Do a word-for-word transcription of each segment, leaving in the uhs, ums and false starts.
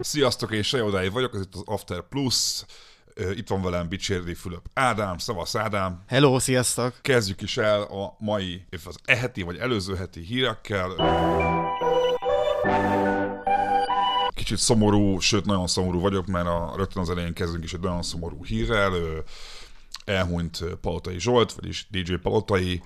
Sziasztok, én Sajodái vagyok, ez itt az After Plus. Itt van velem Bicsérdi Fülöp Ádám, szavasz Ádám. Hello, sziasztok! Kezdjük is el a mai, az eheti vagy előző heti hírekkel. Kicsit szomorú, sőt nagyon szomorú vagyok, mert a, rögtön az elején kezdünk is egy nagyon szomorú hírrel. Elhunyt Palotai Zsolt, vagyis dé dzsé Palotai,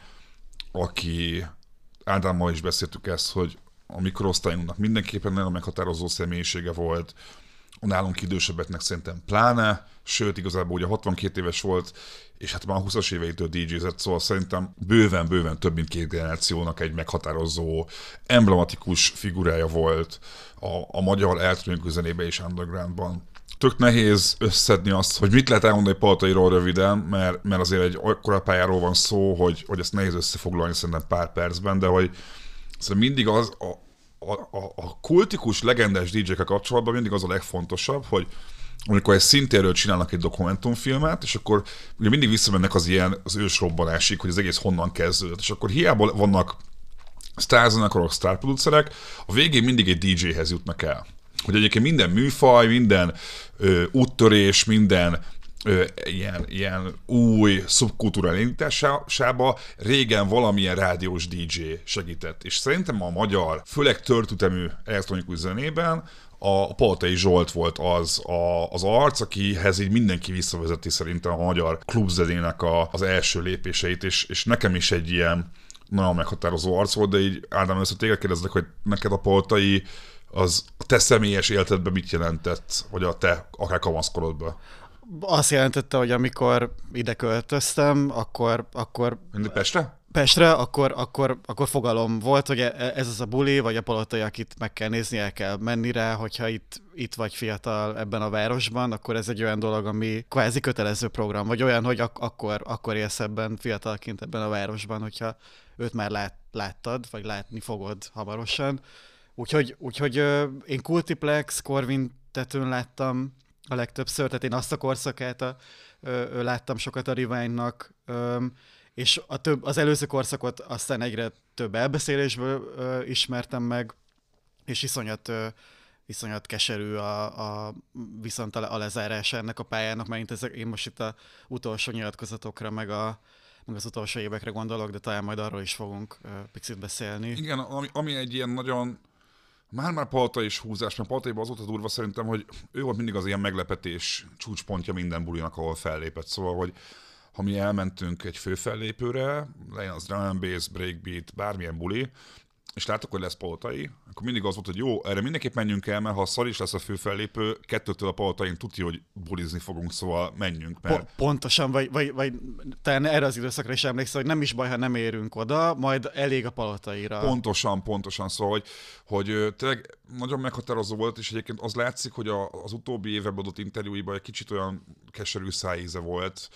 aki Ádámmal is beszéltük ezt, hogy a mikrosztályunknak mindenképpen nagyon meghatározó személyisége volt, a nálunk idősebbeknek szerintem pláne, sőt igazából ugye hatvankét éves volt, és hát már a húszas éveitől dé dzsézett, szóval szerintem bőven-bőven több mint két generációnak egy meghatározó, emblematikus figurája volt a, a magyar elektronikus zenébe és undergroundban. Tök nehéz összedni azt, hogy mit lehet elmondani Palatairól röviden, mert, mert azért egy akkora pályáról van szó, hogy, hogy ezt nehéz összefoglalni szerintem pár percben, de hogy szerintem mindig az a, a, a, a kultikus, legendás dé dzsékkel kapcsolatban mindig az a legfontosabb, hogy amikor egy szintérről csinálnak egy dokumentumfilmet, és akkor ugye mindig visszamennek az ilyen az ősrobbanásig, hogy az egész honnan kezdődött, és akkor hiába vannak sztárzenekarok, sztárproducerek, a végén mindig egy dé dzséhez jutnak el. Hogy egyébként minden műfaj, minden ö, úttörés, minden ö, ilyen, ilyen új szubkultúra indításába régen valamilyen rádiós dé dzsé segített. És szerintem a magyar, főleg törtütemű elektronikus zenében a Palotai Zsolt volt az a, az arc, akihez így mindenki visszavezeti szerintem a magyar klubzenének a, az első lépéseit, és, és nekem is egy ilyen nagyon meghatározó arc volt, de így Ádám, össze téged kérdezlek, hogy neked a Palotai az a te személyes életedben mit jelentett, vagy a te akár kamaszkorodban? Azt jelentette, hogy amikor ide költöztem, akkor... akkor Mindig Pestre? Pestre, akkor, akkor, akkor fogalom volt, hogy ez az a buli, vagy a Palotai, akit meg kell nézni, el kell menni rá, hogyha itt, itt vagy fiatal ebben a városban, akkor ez egy olyan dolog, ami kvázi kötelező program, vagy olyan, hogy ak- akkor, akkor élsz ebben fiatalként ebben a városban, hogyha őt már lát, láttad, vagy látni fogod hamarosan. Úgyhogy, úgyhogy ö, én Kultiplex, Corvin tetőn láttam a legtöbbször, tehát én azt a korszakát a, ö, ö, láttam sokat a Rewind-nak, ö, és a több, az előző korszakot aztán egyre több elbeszélésből ö, ismertem meg, és iszonyat, ö, iszonyat keserű a, a viszont a, a lezárása ennek a pályának, mert ezek, én most itt az utolsó nyilatkozatokra, meg a meg az utolsó évekre gondolok, de talán majd arról is fogunk uh, picit beszélni. Igen, ami, ami egy ilyen nagyon, már-már Palotai is húzás, mert Palataiban az volt a durva szerintem, hogy ő volt mindig az ilyen meglepetés csúcspontja minden bulinak, ahol fellépett. Szóval, hogy ha mi elmentünk egy főfellépőre, legyen az drum and bass, breakbeat, bármilyen buli, és látok, hogy lesz Palotai, akkor mindig az volt, hogy jó, erre mindenképp menjünk el, mert ha szar is lesz a főfellépő, kettőtől a Palotain tudja, hogy bulizni fogunk, szóval menjünk. Mert... Po- pontosan, vagy, vagy, vagy talán erre az időszakra is emlékszel, hogy nem is baj, ha nem érünk oda, majd elég a Palataira. Pontosan, pontosan, szóval, hogy, hogy tényleg nagyon meghatározó volt, és egyébként az látszik, hogy a, az utóbbi években adott interjúiban egy kicsit olyan keserű szájíze volt.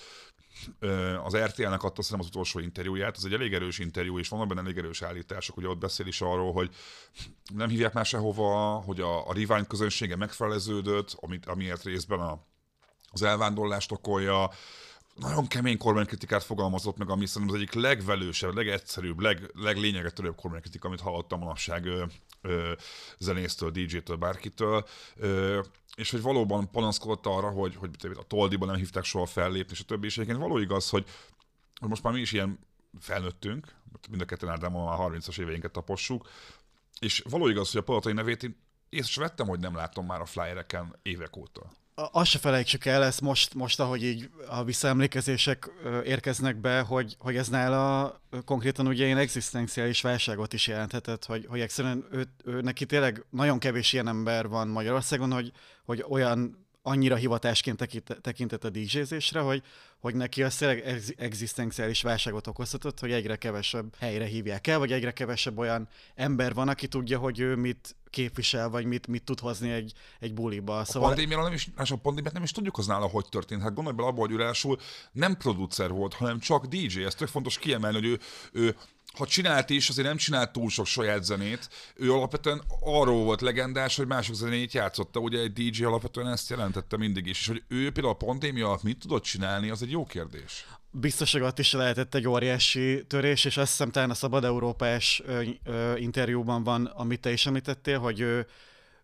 Az er té el-nek adta szerintem az utolsó interjúját, ez egy elég erős interjú, és vannak benne elég erős állítások, ugye ott beszél is arról, hogy nem hívják már sehova, hogy a, a Rewind közönsége megfeleződött, amit, amiért részben a, az elvándorlást okolja, nagyon kemény kormánykritikát fogalmazott meg, ami szerintem az egyik legvelősebb, legegyszerűbb, leg, leglényeget törőbb kormánykritika, amit hallottam manapság ö, ö, zenésztől, dé dzsétől, bárkitől, ö, és hogy valóban panaszkodott arra, hogy, hogy a Toldiban nem hívták soha fellépni, és a többi, és egyébként való igaz, hogy, hogy most már mi is ilyen felnőttünk, mind a ketten Ádámmal már harmincas éveinket tapossuk, és való igaz, hogy a Palotai nevét én észre vettem, hogy nem látom már a flyereken évek óta. Azt se felejtsük el, ezt most, most, ahogy így a visszaemlékezések érkeznek be, hogy, hogy ez nála konkrétan ugye ilyen egzisztenciális válságot is jelenthetett, hogy, hogy egyszerűen ő, ő, neki tényleg nagyon kevés ilyen ember van Magyarországon, hogy, hogy olyan annyira hivatásként tekintett a dé dzsézésre, hogy, hogy neki az tényleg egzisztenciális válságot okozhatott, hogy egyre kevesebb helyre hívják el, vagy egyre kevesebb olyan ember van, aki tudja, hogy ő mit képvisel, vagy mit, mit tud hozni egy, egy buliba. Szóval... A pandémiáról nem is, a pandémiát nem is tudjuk, az nála hogy történt. Hát gondolj bele abba, hogy ő ráadásul nem producer volt, hanem csak dé dzsé. Ez tök fontos kiemelni, hogy ő, ő ha csinált is, azért nem csinált túl sok saját zenét. Ő alapvetően arról volt legendás, hogy mások zenét játszotta. Ugye egy dé dzsé alapvetően ezt jelentette mindig is. És hogy ő például a pandémia alatt mit tudott csinálni, az egy jó kérdés. Biztosokat is lehetett egy óriási törés, és azt hiszem talán a Szabad Európás ö, ö, interjúban van, amit te is említettél, hogy ő,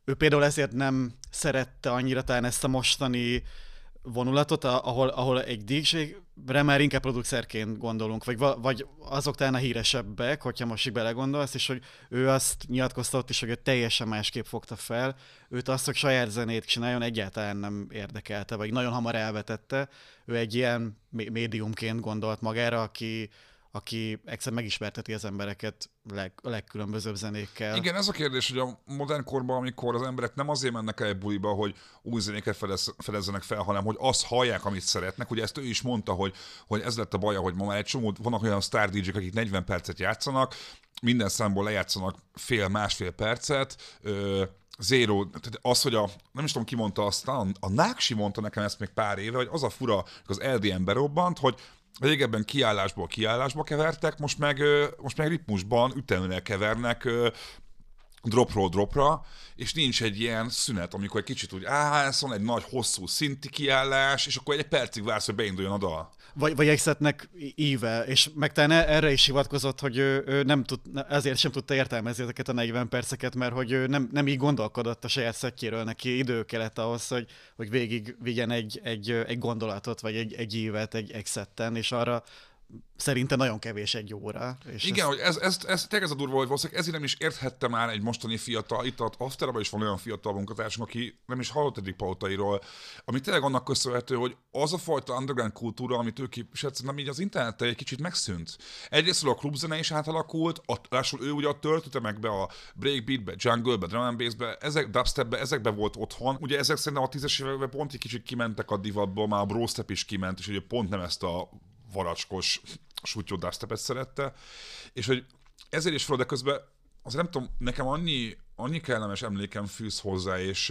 ő például ezért nem szerette annyira talán ezt a mostani vonulatot, ahol, ahol egy dé dzsé-re már inkább producerként gondolunk, vagy, vagy azok talán a híresebbek, hogyha most így belegondolsz, és hogy ő azt nyilatkozta ott is, hogy ő teljesen másképp fogta fel, őt azt, hogy saját zenét csináljon, egyáltalán nem érdekelte, vagy nagyon hamar elvetette. Ő egy ilyen médiumként gondolt magára, aki aki egyszerűen megismerteti az embereket leg, a legkülönbözőbb zenékkel. Igen, ez a kérdés, hogy a modern korban, amikor az emberek nem azért mennek el egy buliba, hogy új zenéket fedez, fedezzenek fel, hanem hogy azt hallják, amit szeretnek. Ugye ezt ő is mondta, hogy, hogy ez lett a baja, hogy ma már egy csomó, vannak olyan sztár dé dzsék, akik negyven percet játszanak, minden számból lejátszanak fél-másfél percet, ö, Zero, tehát az, hogy a, nem is tudom ki mondta azt, a, a Náksi mondta nekem ezt még pár éve, hogy az a fura, hogy az el dé en berobbant, hogy régebben kiállásból kiállásba kevertek, most meg, most meg ritmusban ütemnél kevernek dropról dropra, és nincs egy ilyen szünet, amikor egy kicsit úgy állsz, egy nagy, hosszú szinti kiállás, és akkor egy percig vársz, hogy beinduljon a dal. Vagy, vagy Exetnek íve, és meg talán erre is hivatkozott, hogy ő, ő nem tud, ezért sem tudta értelmezni ezeket a negyven perceket, mert hogy ő nem, nem így gondolkodott a saját szettjéről, neki idő kellett ahhoz, hogy, hogy végig vigyen egy, egy, egy gondolatot, vagy egy, egy ívet egy Exetten, és arra szerintem nagyon kevés egy óra. És igen, ez... hogy ez, ez, ez tényleg ez a durva, hogy valószínűleg ezért nem is érthette már egy mostani fiatal, itt az Afterban is van olyan fiatal munkatársunk, aki nem is hallott eddig Palotairól, ami tényleg annak köszönhető, hogy az a fajta underground kultúra, amit ő képviselt, nem így az interneten egy kicsit megszűnt. Egyrészt a klubzene is átalakult, lásul ő ugye a töltütemekbe, a breakbeatbe, junglebe, drum and bassbe, ezek, dubstepbe, ezekbe volt otthon. Ugye ezek szerintem a tízes években pont egy kicsit kimentek a divatból, már a brostep is kiment, és ugye pont nem ezt a varacskos sutyó dubstepet szerette, és hogy ezért is fel, de közben azért nem tudom, nekem annyi, annyi kellemes emlékem fűz hozzá, és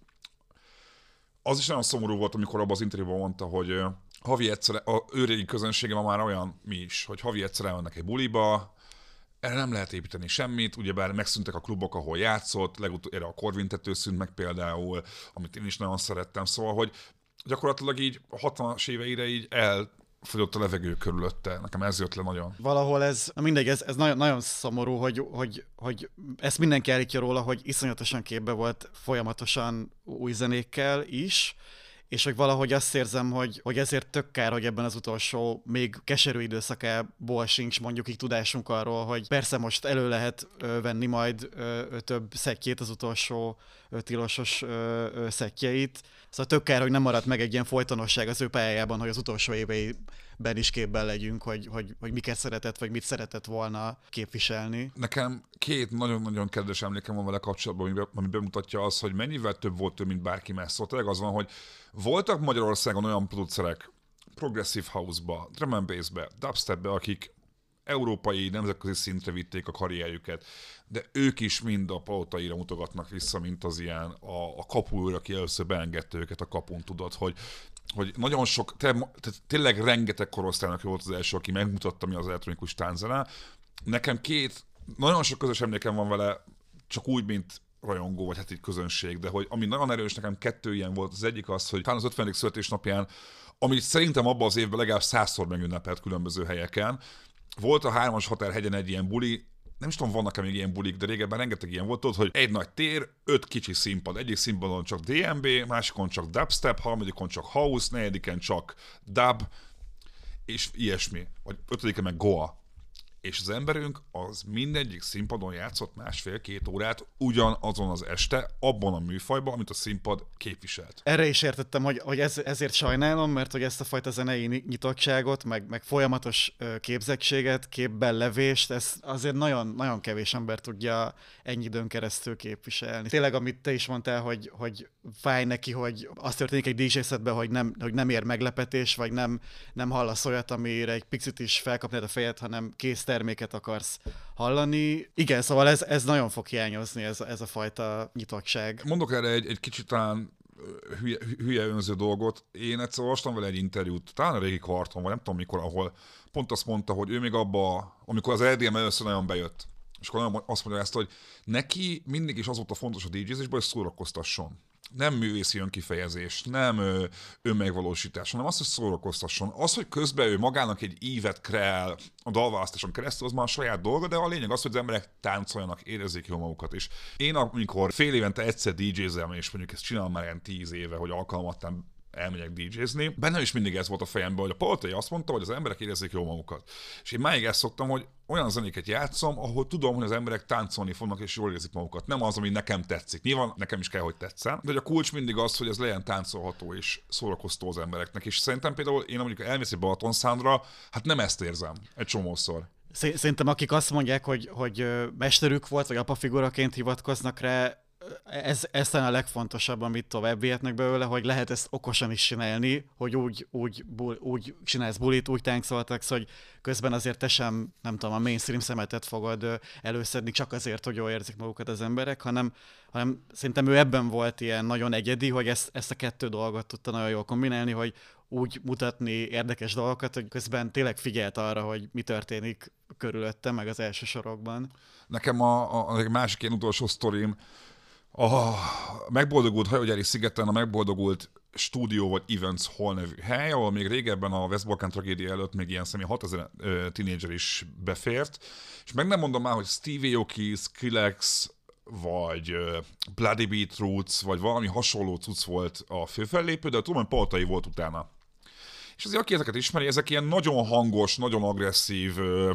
az is nagyon szomorú volt, amikor abban az interjúban mondta, hogy havi egyszer, a ő régi közönsége ma már olyan, mi is, hogy havi egyszer elmennek egy buliba, erre nem lehet építeni semmit, ugyebár megszűntek a klubok, ahol játszott, legutóbb a Corvin tető szűnt meg például, amit én is nagyon szerettem, szóval, hogy gyakorlatilag így a hatvanas éveire így el fogyott a levegő körülötte. Nekem ez jött le nagyon. Valahol ez, mindegy, ez, ez nagyon, nagyon szomorú, hogy, hogy, hogy ezt mindenki állítja róla, hogy iszonyatosan képbe volt folyamatosan új zenékkel is, és hogy valahogy azt érzem, hogy, hogy ezért tök kár, hogy ebben az utolsó, még keserű időszakából sincs mondjuk így tudásunk arról, hogy persze most elő lehet ö, venni majd ö, több szettjét, az utolsó ö, tilosos ö, ö, szettjeit. Szóval tök kár, hogy nem maradt meg egy ilyen folytonosság az ő pályájában, hogy az utolsó éveiben is képben legyünk, hogy, hogy, hogy miket szeretett, vagy mit szeretett volna képviselni. Nekem két nagyon-nagyon kedves emlékem van vele kapcsolatban, ami bemutatja azt, hogy mennyivel több volt ő, mint bárki más. Szóval tényleg az van, hogy voltak Magyarországon olyan producerek, Progressive House-ba, Drum and Bass-be, Dubstep-be, akik európai, nemzetközi szintre vitték a karrierjüket, de ők is mind a Palotaira mutogatnak vissza, mint az ilyen a, a kapuőr, aki először beengedte őket a kapun, tudod, hogy, hogy nagyon sok, tehát tényleg rengeteg korosztálynak volt az első, aki megmutatta, mi az elektronikus tánzene. Nekem két, nagyon sok közös emlékem van vele, csak úgy, mint rajongó, vagy hát így közönség, de hogy ami nagyon erős, nekem kettő ilyen volt. Az egyik az, hogy talán az ötvenedik születésnapján, amit szerintem abban az évben legalább százszor megünnepelt különböző helyeken, volt a hármas határhegyen egy ilyen buli, nem is tudom, vannak-e még ilyen bulik, de régebben rengeteg ilyen volt, tudod, hogy egy nagy tér, öt kicsi színpad, egyik színpadon csak dé em bé, másikon csak dubstep, harmadikon csak house, negyediken csak dub, és ilyesmi, vagy ötödiken meg goa. És az emberünk az mindegyik színpadon játszott másfél-két órát ugyanazon az este, abban a műfajban, amit a színpad képviselt. Erre is értettem, hogy, hogy ez, ezért sajnálom, mert hogy ezt a fajta zenei nyitottságot, meg, meg folyamatos képzettséget, képbellevést, ezt azért nagyon, nagyon kevés ember tudja ennyi időn keresztül képviselni. Tényleg, amit te is mondtál, hogy, hogy fáj neki, hogy az történik egy dé dzsé szetben, hogy nem, hogy nem ér meglepetés, vagy nem, nem hallasz olyat, amire egy picit is felkapnád a fejed, hanem kész terméket akarsz hallani. Igen, szóval ez, ez nagyon fog hiányozni, ez, ez a fajta nyitottság. Mondok erre egy, egy kicsit talán hülye, hülye önző dolgot. Én egyszer olvastam vele egy interjút, talán a régi Kvarton, vagy nem tudom mikor, ahol pont azt mondta, hogy ő még abba, amikor az el dé em először nagyon bejött, és akkor azt mondja ezt, hogy neki mindig is az volt a fontos a dé dzsézésben, hogy szórakoztasson. nem művészi önkifejezés, nem ö, önmegvalósítás, hanem az, hogy szórakoztasson. Az, hogy közben ő magának egy ívet kreál a dalválasztáson keresztül, az már a saját dolga, de a lényeg az, hogy az emberek táncoljanak, érezzék jól magukat is. Én amikor fél évente egyszer dé jézem, és mondjuk ezt csinálom már ilyen tíz éve, hogy alkalmattán elmegyek dé jézni, bennem is mindig ez volt a fejemben, hogy a Palotai azt mondta, hogy az emberek érezzék jól magukat. És én máig ezt szoktam, hogy olyan zenéket játszom, ahol tudom, hogy az emberek táncolni fognak és jól érzik magukat. Nem az, ami nekem tetszik. Nyilván nekem is kell, hogy tetszen, de a kulcs mindig az, hogy ez legyen táncolható és szórakoztó az embereknek. És szerintem például én mondjuk elmész egy Balaton Soundra, hát nem ezt érzem egy csomószor. Szerintem akik azt mondják, hogy, hogy mesterük volt, vagy apafiguraként hivatkoznak rá, Ez, ez talán a legfontosabb, amit tovább vihetnek belőle, hogy lehet ezt okosan is csinálni, hogy úgy, úgy, bul, úgy csinálsz bulit, úgy táncoltak, hogy közben azért te sem, nem tudom, a mainstream szemetet fogod előszedni csak azért, hogy jól érzik magukat az emberek, hanem, hanem szerintem ő ebben volt ilyen nagyon egyedi, hogy ezt, ezt a kettő dolgot tudta nagyon jól kombinálni, hogy úgy mutatni érdekes dolgokat, hogy közben tényleg figyelt arra, hogy mi történik körülötte, meg az első sorokban. Nekem a, a, a másik ilyen utolsó sztorim, a megboldogult hajógyári szigeten a megboldogult stúdió vagy Events Hall nevű hely, ahol még régebben a West-Balkán tragédia előtt még ilyen személy hatezer tínédzser is befért, és meg nem mondom már, hogy Stevie Aoki, Skrillex, vagy Bloody Beetroots, vagy valami hasonló cucc volt a főfellépő, de tudom, hogy Palotai volt utána. És azért, aki ezeket ismeri, ezek ilyen nagyon hangos, nagyon agresszív,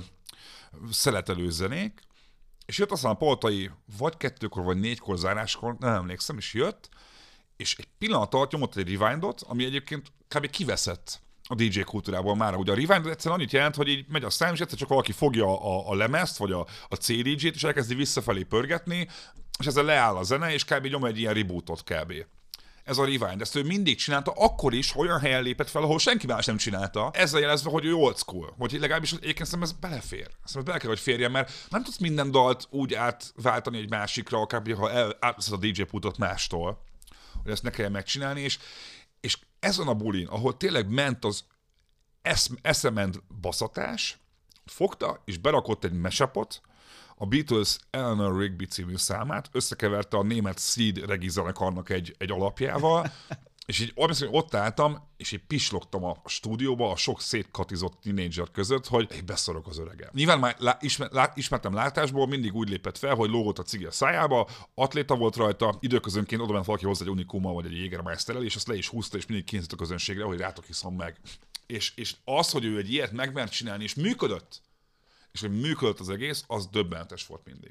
szeletelő zenék, és jött aztán a Palotai vagy kettőkor, vagy négykor záráskor, nem emlékszem, és jött, és egy pillanat alatt nyomott egy rewindot, ami egyébként kb. Kiveszett a dé dzsé kultúrából már. Ugye a rewind egyszerűen annyit jelent, hogy így megy a szám, és egyszer csak valaki fogja a, a lemezt, vagy a, a cé dé dzsét, és elkezdi visszafelé pörgetni, és ezzel leáll a zene, és kb. Nyom egy ilyen rebootot kb. Ez a rewind. Ezt ő mindig csinálta, akkor is, ha olyan helyen lépett fel, ahol senki más nem csinálta. Ezzel jelezve, hogy ő old school. Hogy legalábbis egyébként szerintem ez belefér. Szerintem bele kell, hogy férjen, mert nem tudsz minden dalt úgy átváltani egy másikra, akár ha el, átveszed a dé dzsé pultot mástól, hogy ezt ne kell megcsinálni, és, és ezen a bulin, ahol tényleg ment az esz, eszement baszatás, fogta és berakott egy mashup-ot, a Beatles Eleanor Rigby című számát, összekeverte a német Seed Regi zenekarnak egy, egy alapjával, és így ott álltam, és így pislogtam a stúdióba a sok szétkatizott tínédzser között, hogy hey, beszorok az öregem. Nyilván már lá, ismer, lá, ismertem látásból, mindig úgy lépett fel, hogy lógott a cigi a szájába, atléta volt rajta, időközönként oda ment valaki hozzá egy unikummal vagy egy Jägermeisterrel, és azt le is húzta, és mindig kényszített a közönségre, hogy rátok iszom meg. És, és az, hogy ő egy ilyet megmert csinálni, és működött, és hogy működött az egész, az döbbenetes volt mindig.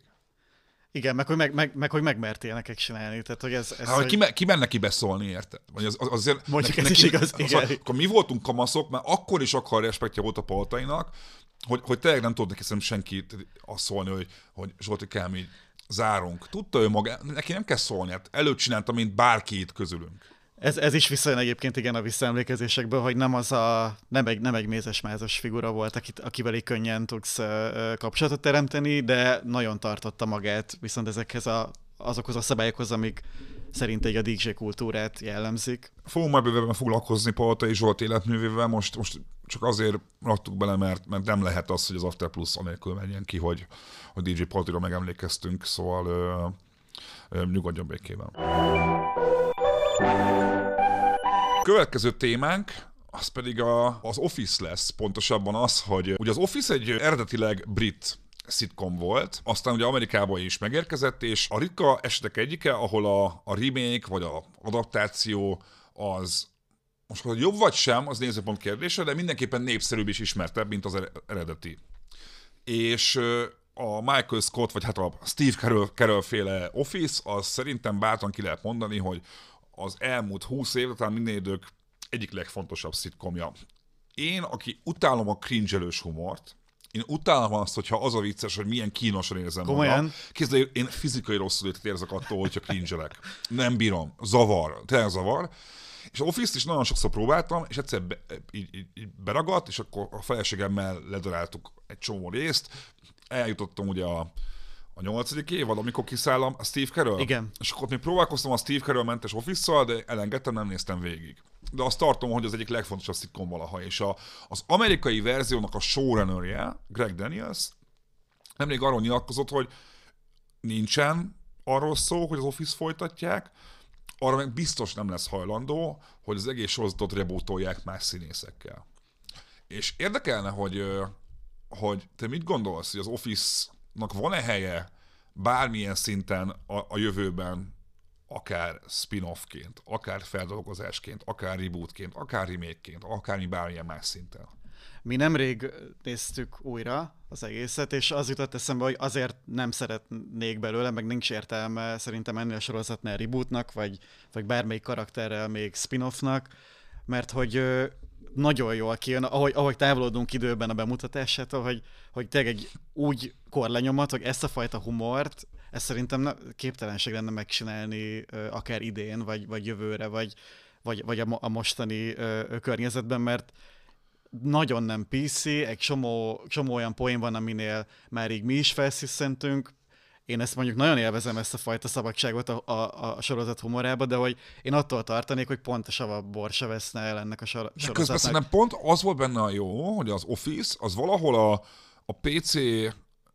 Igen, meg hogy, meg, meg, meg, hogy megmertél nekik csinálni. Tehát, hogy ez, ez hát, hogy... ki, me, ki menne ki beszólni, érted? Vagy az, az, azért, Mondjuk neki, ez neki, is igaz, az, igen. Az, akkor mi voltunk kamaszok, mert akkor is akkor respektje volt a Palatainak, hogy, hogy tényleg nem tudott neki szerintem senki azt szólni, hogy, hogy Zsoltikám, így zárunk. Tudta ő maga, neki nem kell szólni, hát előtt csinálta, mint bárki itt közülünk. Ez, ez is visszajön egyébként igen a visszaemlékezésekből, hogy nem az a, nem egy, nem egy mézes-mázos figura volt, akit, akivel így könnyen tudsz uh, kapcsolatot teremteni, de nagyon tartotta magát viszont ezekhez a, azokhoz a szabályokhoz, amik szerint egy a dé dzsé kultúrát jellemzik. Fogunk majd bővebben foglalkozni Palotai Zsolt életművével, most, most csak azért raktuk bele, mert, mert nem lehet az, hogy az After Plus anélkül menjen ki, hogy, hogy dé dzsé Palatairól megemlékeztünk, szóval ö, ö, nyugodjon békében. Következő témánk, az pedig a, az Office lesz, pontosabban az, hogy ugye az Office egy eredetileg brit szitkom volt, aztán ugye Amerikába is megérkezett, és a ritka esetek egyike, ahol a, a remake vagy a adaptáció az most hogy jobb vagy sem, az nézőpont kérdése, de mindenképpen népszerűbb és ismertebb, mint az eredeti. És a Michael Scott, vagy hát a Steve Carell, Carell féle Office, az szerintem bátran ki lehet mondani, hogy az elmúlt húsz év, talán minden idők egyik legfontosabb szitkomja. Én, aki utálom a cringe-elős humort, én utálom azt, hogyha az a vicces, hogy milyen kínosan érzem magam. Képzeld, én fizikai rosszul érzek attól, hogyha cringe-elek. Nem bírom. Zavar. Tényleg zavar. És Office-t is nagyon sokszor próbáltam, és egyszer be, így, így, így beragadt, és akkor a feleségemmel ledaráltuk egy csomó részt. Eljutottam ugye a A nyolcadik évad, amikor kiszállom a Steve Carell. Igen. És akkor még próbálkoztam a Steve Carell mentes Office-szal, de elengedtem, nem néztem végig. De azt tartom, hogy az egyik legfontosabb szitkom valaha. És a, az amerikai verziónak a showrunnerje, Greg Daniels, nemrég arról nyilatkozott, hogy nincsen arról szó, hogy az Office folytatják. arra meg biztos nem lesz hajlandó, hogy az egész sorozatot rebootolják más színészekkel. És érdekelne, hogy, hogy te mit gondolsz, hogy az Office-nak van-e helye bármilyen szinten a, a jövőben, akár spin-offként, akár feldolgozásként, akár rebootként, akár remake-ként, akármi bármilyen más szinten. Mi nemrég néztük újra az egészet, és az jutott eszembe, hogy azért nem szeretnék belőle, meg nincs értelme szerintem ennél a sorozatnál rebootnak, vagy, vagy bármelyik karakterrel még spin-offnak, mert hogy nagyon jól kijön, ahogy, ahogy távolodunk időben a bemutatásától, hogy, hogy tényleg egy úgy korlenyomat, hogy ezt a fajta humort, ezt szerintem na, képtelenség lenne megcsinálni akár idén, vagy, vagy jövőre, vagy, vagy, vagy a, a mostani ö, környezetben, mert nagyon nem pé cé, egy csomó, csomó olyan poén van, aminél már így mi is felszüsszentünk. Én ezt mondjuk nagyon élvezem, ezt a fajta szabadságot a, a, a sorozat humorába, de hogy én attól tartanék, hogy pont a sava bor se veszne el ennek a sor- sorozatnak. Közben szerintem pont az volt benne a jó, hogy az Office, az valahol a, a pé cé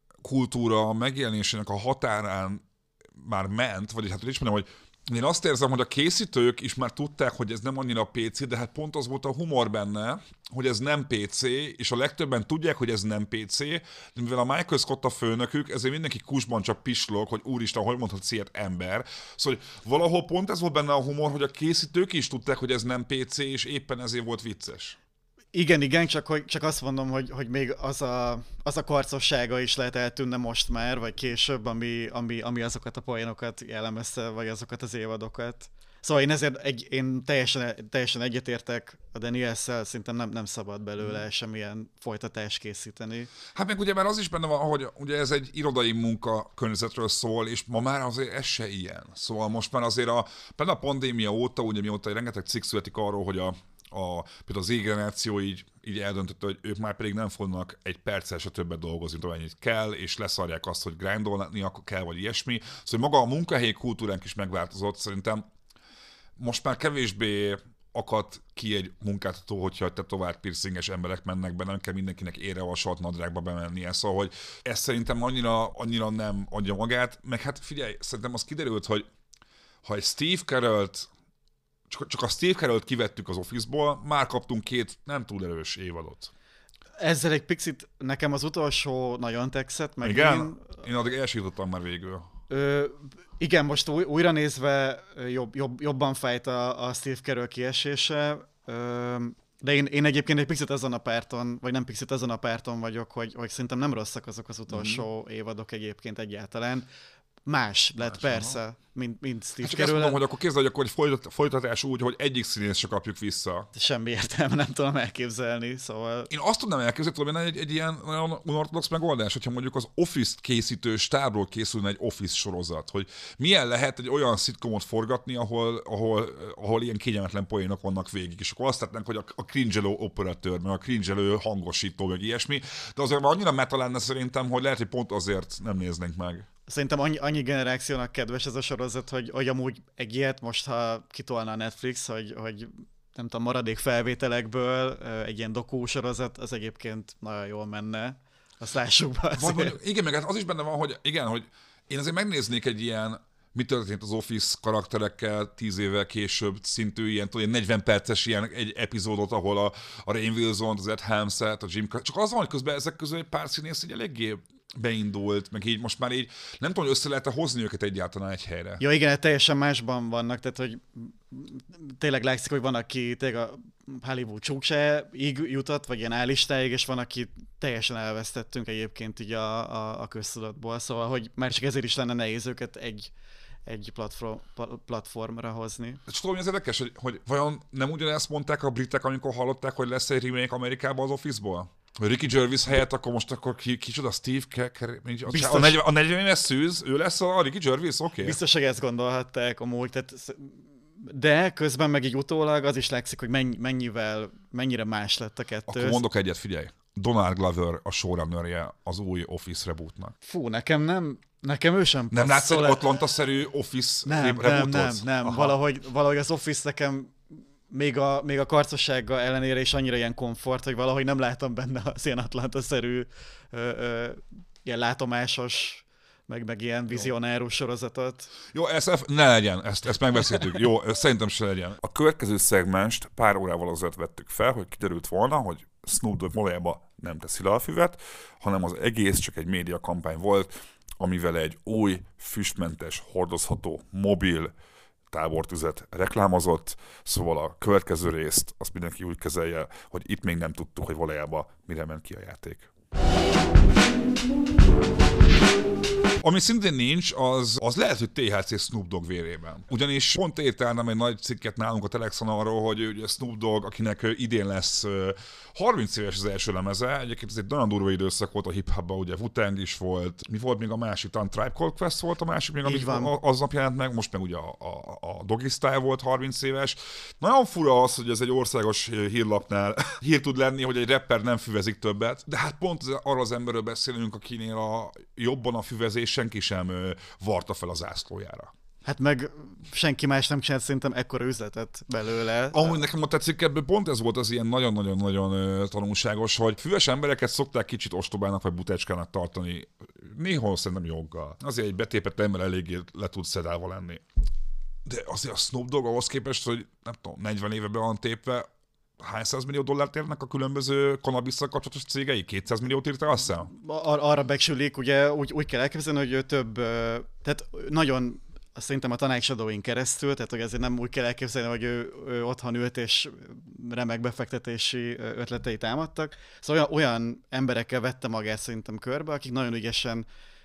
kultúra megjelenésének a határán már ment, vagy hát hogy is mondjam, hogy én azt érzem, hogy a készítők is már tudták, hogy ez nem annyira pé cé, de hát pont az volt a humor benne, hogy ez nem pé cé, és a legtöbben tudják, hogy ez nem pé cé, de mivel a Michael Scott a főnökük, ezért mindenki kusban csak pislog, hogy úristen, hogy mondhatsz ilyet ember. Szóval hogy valahol pont ez volt benne a humor, hogy a készítők is tudták, hogy ez nem pé cé, és éppen ezért volt vicces. Igen, igen, csak, hogy, csak azt mondom, hogy, hogy még az a, az a karcossága is lehet eltűnne most már, vagy később, ami, ami, ami azokat a poénokat jellemezte, vagy azokat az évadokat. Szóval én ezért egy, én teljesen, teljesen egyetértek a Daniels-szel, szerintem nem, nem szabad belőle mm. semmilyen folytatást készíteni. Hát meg ugye már az is benne van, hogy ugye ez egy irodai munka környezetről szól, és ma már azért ez se ilyen. Szóval most már azért a, például a pandémia óta, ugye mióta rengeteg cikk születik arról, hogy a A, például az Z-generáció így, így eldöntötte, hogy ők már pedig nem fognak egy perccel se többet dolgozni, mint amennyit kell, és leszarják azt, hogy grindolni kell, vagy ilyesmi. Szóval maga a munkahelyi kultúránk is megváltozott. Szerintem most már kevésbé akad ki egy munkáltató, hogyha tetovált piercinges emberek mennek be, nem kell mindenkinek érrevasalt nadrágba bemennie. Szóval, hogy ez szerintem annyira, annyira nem adja magát. Meg hát figyelj, szerintem az kiderült, hogy ha egy Steve Carell-t Csak, csak a Steve Carell-t kivettük az Office-ból, már kaptunk két nem túl erős évadot. Ezzel egy picit nekem az utolsó nagyon tetszett, meg igen? én... Én addig elsírtottam már végül. Ö, igen, most új, újra nézve jobb, jobb, jobban fájt a, a Steve Carell kiesése, ö, de én, én egyébként egy picit azon a párton, vagy nem picit azon a párton vagyok, hogy, hogy szerintem nem rosszak azok az utolsó mm. évadok egyébként egyáltalán. Más lett, Más, persze, aha. mint, mint Steve hát Carell. Csak mondom, hogy akkor képzelj, hogy akkor egy folytatás úgy, hogy egyik színész se kapjuk vissza. Semmi értelme, nem tudom elképzelni, szóval... Én azt tudnám elképzelni, hogy egy, egy ilyen nagyon unortodox megoldás, hogyha mondjuk az Office készítő stábról készülne egy Office sorozat, hogy milyen lehet egy olyan szitkomot forgatni, ahol, ahol, ahol ilyen kényelmetlen poénok vannak végig, és akkor azt látnánk, hogy a, a cringelő operatőr, meg a cringelő hangosító, meg ilyesmi, de azért már annyira meta lenne szerintem, hogy lehet, hogy pont azért nem néznénk meg. Szerintem annyi, annyi generációnak kedves ez a sorozat, hogy, hogy amúgy egy ilyet most, ha kitolna a Netflix, hogy, hogy nem tudom, maradék felvételekből egy ilyen dokú sorozat, az egyébként nagyon jól menne. Azt lássuk be azért. Mondjuk, igen, meg az is benne van, hogy igen, hogy én azért megnéznék egy ilyen mi történt az Office karakterekkel tíz évvel később szintű ilyen, tudom, negyven perces ilyen egy epizódot, ahol a, a Rainn Wilson, az Ed Helmset, a Jim Car- csak az van, hogy közben ezek közül egy pár színész így eléggé beindult, meg így most már így nem tudom, hogy össze lehet hozni őket egyáltalán egy helyre. Ja igen, hát teljesen másban vannak, tehát hogy tényleg látszik, hogy van, aki tényleg a Hollywood csúcsáig jutott, vagy ilyen állistáig, és van, aki teljesen elvesztettünk egyébként így a, a, a köztudatból, szóval, hogy már csak ezért is lenne nehéz őket egy, egy platform, platformra hozni. És tudom, hogy ez érdekes, hogy, hogy vajon nem ugyanezt mondták a britek, amikor hallották, hogy lesz egy remake Amerikában az Office-ból? Ricky Gervais helyett, akkor most akkor ki, kicsoda Steve Carell, a, negy- a negyven éves szűz, ő lesz a Ricky Gervais, oké? Okay. Biztos, hogy ezt gondolhatták amúgy, tehát, de közben meg így utólag az is látszik, hogy mennyi, mennyivel, mennyire más lett a kettő. Akkor mondok egyet, figyelj. Donald Glover a showrunnerje az új Office rebootnak. Fú, nekem nem, nekem ő sem nem látsz egy Atlanta-szerű Office nem, rebootot? Nem, nem, nem, valahogy, valahogy az Office nekem még a, még a karcossága ellenére is annyira ilyen komfort, hogy valahogy nem látom benne az ilyen Atlanta-szerű ö, ö, ilyen látomásos meg, meg ilyen vizionárus sorozatot. Jó, ezt ne legyen, ezt, ezt megbeszéltük. Jó, szerintem se legyen. A következő szegmenst pár órával azért vettük fel, hogy kiderült volna, hogy Snoop Dogg valójában nem teszi le a füvet, hanem az egész csak egy médiakampány volt, amivel egy új, füstmentes, hordozható, mobil tábortüzet reklámozott, szóval a következő részt azt mindenki úgy kezelje, hogy itt még nem tudtuk, hogy valójában mire ment ki a játék. Ami szintén nincs, az, az lehet, hogy té há cé Snoop Dogg vérében. Ugyanis pont értelnem egy nagy cikket nálunk a Telexon arról, hogy ugye Snoop Dogg, akinek idén lesz harminc éves az első lemeze, egyébként ez egy nagyon durva időszak volt a hip-hopban, ugye Wu-Tang is volt, mi volt még a másik, talán Tribe Called Quest volt a másik, még amit aznap jelent meg, most meg ugye a, a, a Doggy Style volt harminc éves. Nagyon fura az, hogy ez egy országos hírlapnál hír tud lenni, hogy egy rapper nem füvezik többet, de hát pont arról az emberről beszélünk, akinél a jobban a füvezés senki sem varta fel az zászlójára. Hát meg senki más nem csinált szerintem ekkora üzletet belőle. Ahogy nekem a tetszik, ebből pont ez volt az ilyen nagyon-nagyon-nagyon tanulságos, hogy füves embereket szokták kicsit ostobának vagy butácskának tartani. Néhol szerintem joggal. Azért egy betépett ember eléggé le tud szedálva lenni. De azért a Snoop Dogg ahhoz képest, hogy nem tudom, negyven éve be van tépve, hány százmillió dollárt érnek a különböző kannabisszal kapcsolatos cégei? kétszáz milliót írta, azt hiszem? Ar- arra becsülik, ugye úgy, úgy kell elképzelni, hogy ő több, tehát nagyon szerintem a tanácsadóin keresztül, tehát hogy ezért nem úgy kell elképzelni, hogy ő, ő otthon ült és remek befektetési ötletei támadtak. Szóval olyan, olyan emberekkel vette magát szerintem körbe, akik nagyon ügyesen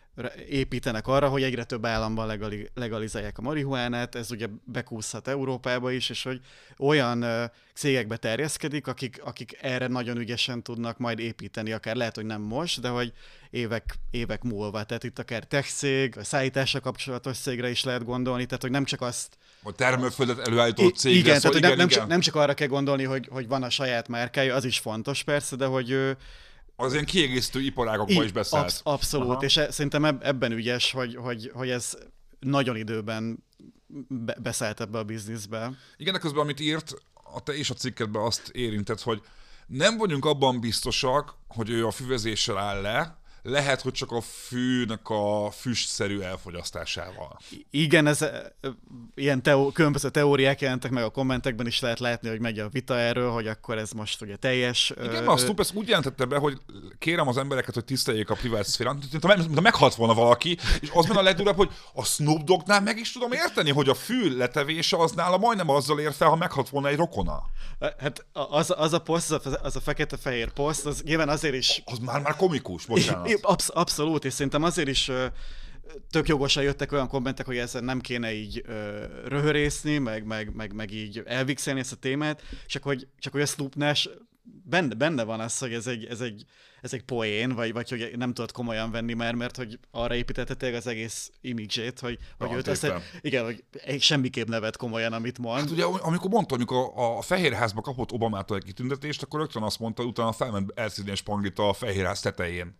építenek arra, hogy egyre több államban legali- legalizálják a marihuánát, ez ugye bekúszhat Európába is, és hogy olyan uh, cégekbe terjeszkedik, akik, akik erre nagyon ügyesen tudnak majd építeni, akár lehet, hogy nem most, de hogy évek, évek múlva. Tehát itt akár tech cég, a szállítással kapcsolatos cégre is lehet gondolni, tehát hogy nem csak azt... A termőföldet előállító cégre. Igen, szóval tehát igen, nem, igen. nem, csak, nem csak arra kell gondolni, hogy, hogy van a saját márkája, az is fontos persze, de hogy... Az ilyen kiegészítő iparágokban is beszállt. Absz- abszolút, Aha. és szerintem ebben ügyes, hogy, hogy, hogy ez nagyon időben be- beszállt ebbe a bizniszbe. Igen, de közben amit írt, a te és a cikkedben azt érintett, hogy nem vagyunk abban biztosak, hogy ő a füvezéssel áll le, lehet, hogy csak a fűnek a füstszerű elfogyasztásával. Igen, ez ilyen teó- különböző teóriák jelentek meg a kommentekben is, lehet látni, hogy megy a vita erről, hogy akkor ez most ugye teljes... Igen, ö, a Snoop ezt úgy jelentette be, hogy kérem az embereket, hogy tiszteljék a privát szférát, mint ha meghalt volna valaki, és az benne a legdurább, hogy a Snoop Doggnál meg is tudom érteni, hogy a fű letevése az nála majdnem azzal ér fel, ha meghalt volna egy rokona. Hát az, az a poszt, az a, az a fekete-fehér poszt, az nyilván azért is... Az már, már komikus, bocsánat. Absz- abszolút, és szerintem azért is ö, tök jogosan jöttek olyan kommentek, hogy ezen nem kéne így ö, röhörészni, meg, meg, meg, meg így elvixelni ezt a témát, csak hogy, csak hogy a Snoopnál benne, benne van az, hogy ez egy, ez egy, ez egy poén, vagy, vagy hogy nem tudod komolyan venni már, mert hogy arra építette tényleg az egész imidzsét, hogy, hogy őt azt, igen, hogy semmiképp nevet komolyan, amit mond. Hát ugye, amikor mondta, amikor a, a Fehérházba kapott Obamától egy kitüntetést, akkor rögtön azt mondta, utána felment elszídén Spanglit a Fehérház tetején.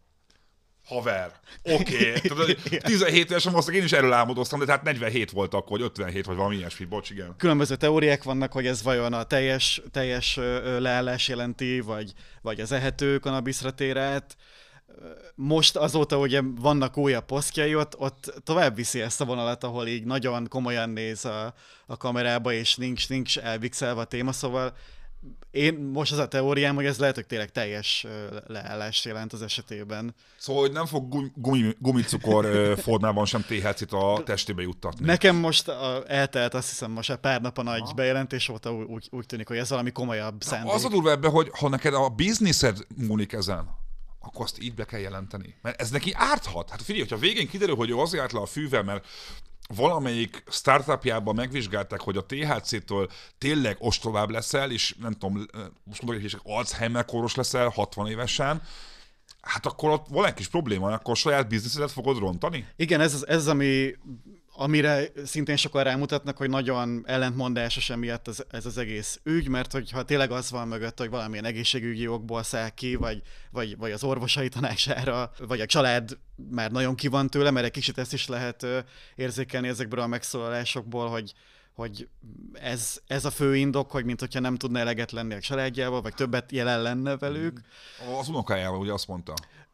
Haver, oké. Okay. tizenhét évesen valószínűleg én is erről álmodoztam, de tehát negyvenhét volt akkor, vagy ötvenhét, vagy valami ilyesmi, bocs, igen. Különböző teóriák vannak, hogy ez vajon a teljes, teljes leállás jelenti, vagy, vagy az ehető kanabiszra tér át. Most azóta ugye vannak újabb posztjai, ott, ott tovább viszi ezt a vonalat, ahol így nagyon komolyan néz a, a kamerába, és nincs, nincs elvixelve a téma, szóval én most az a teóriám, hogy ez lehet, hogy tényleg teljes leállást jelent az esetében. Szóval, hogy nem fog gumi, gumicukor formában sem té há cét a testébe juttatni. Nekem most a, eltelt, azt hiszem, most a pár nap a nagy ha. bejelentés óta úgy, úgy tűnik, hogy ez valami komolyabb szándék. Az a durva ebben, hogy ha neked a bizniszed múlik ezen, akkor azt így be kell jelenteni. Mert ez neki árthat. Hát figyelj, hogyha végén kiderül, hogy ő azért állt le a fűvel, mert valamelyik startupjában megvizsgálták, hogy a té há cétől tényleg ostobább leszel, és nem tudom, most mondok, hogy Alzheimer-kóros leszel hatvan évesen, hát akkor ott van egy kis probléma, akkor saját bizniszedet fogod rontani? Igen, ez az, ez az ami, amire szintén sokan rámutatnak, hogy nagyon ellentmondásos emiatt ez, ez az egész ügy, mert hogyha tényleg az van mögött, hogy valamilyen egészségügyi okból száll ki, vagy, vagy, vagy az orvosai tanácsára, vagy a család már nagyon ki van tőle, mert egy kicsit ezt is lehet érzékelni ezekből a megszólalásokból, hogy hogy ez, ez a fő indok, hogy mint hogyha nem tudna eleget lenni a családjával, vagy többet jelen lenne velük. Az unokájával ugye azt mondta.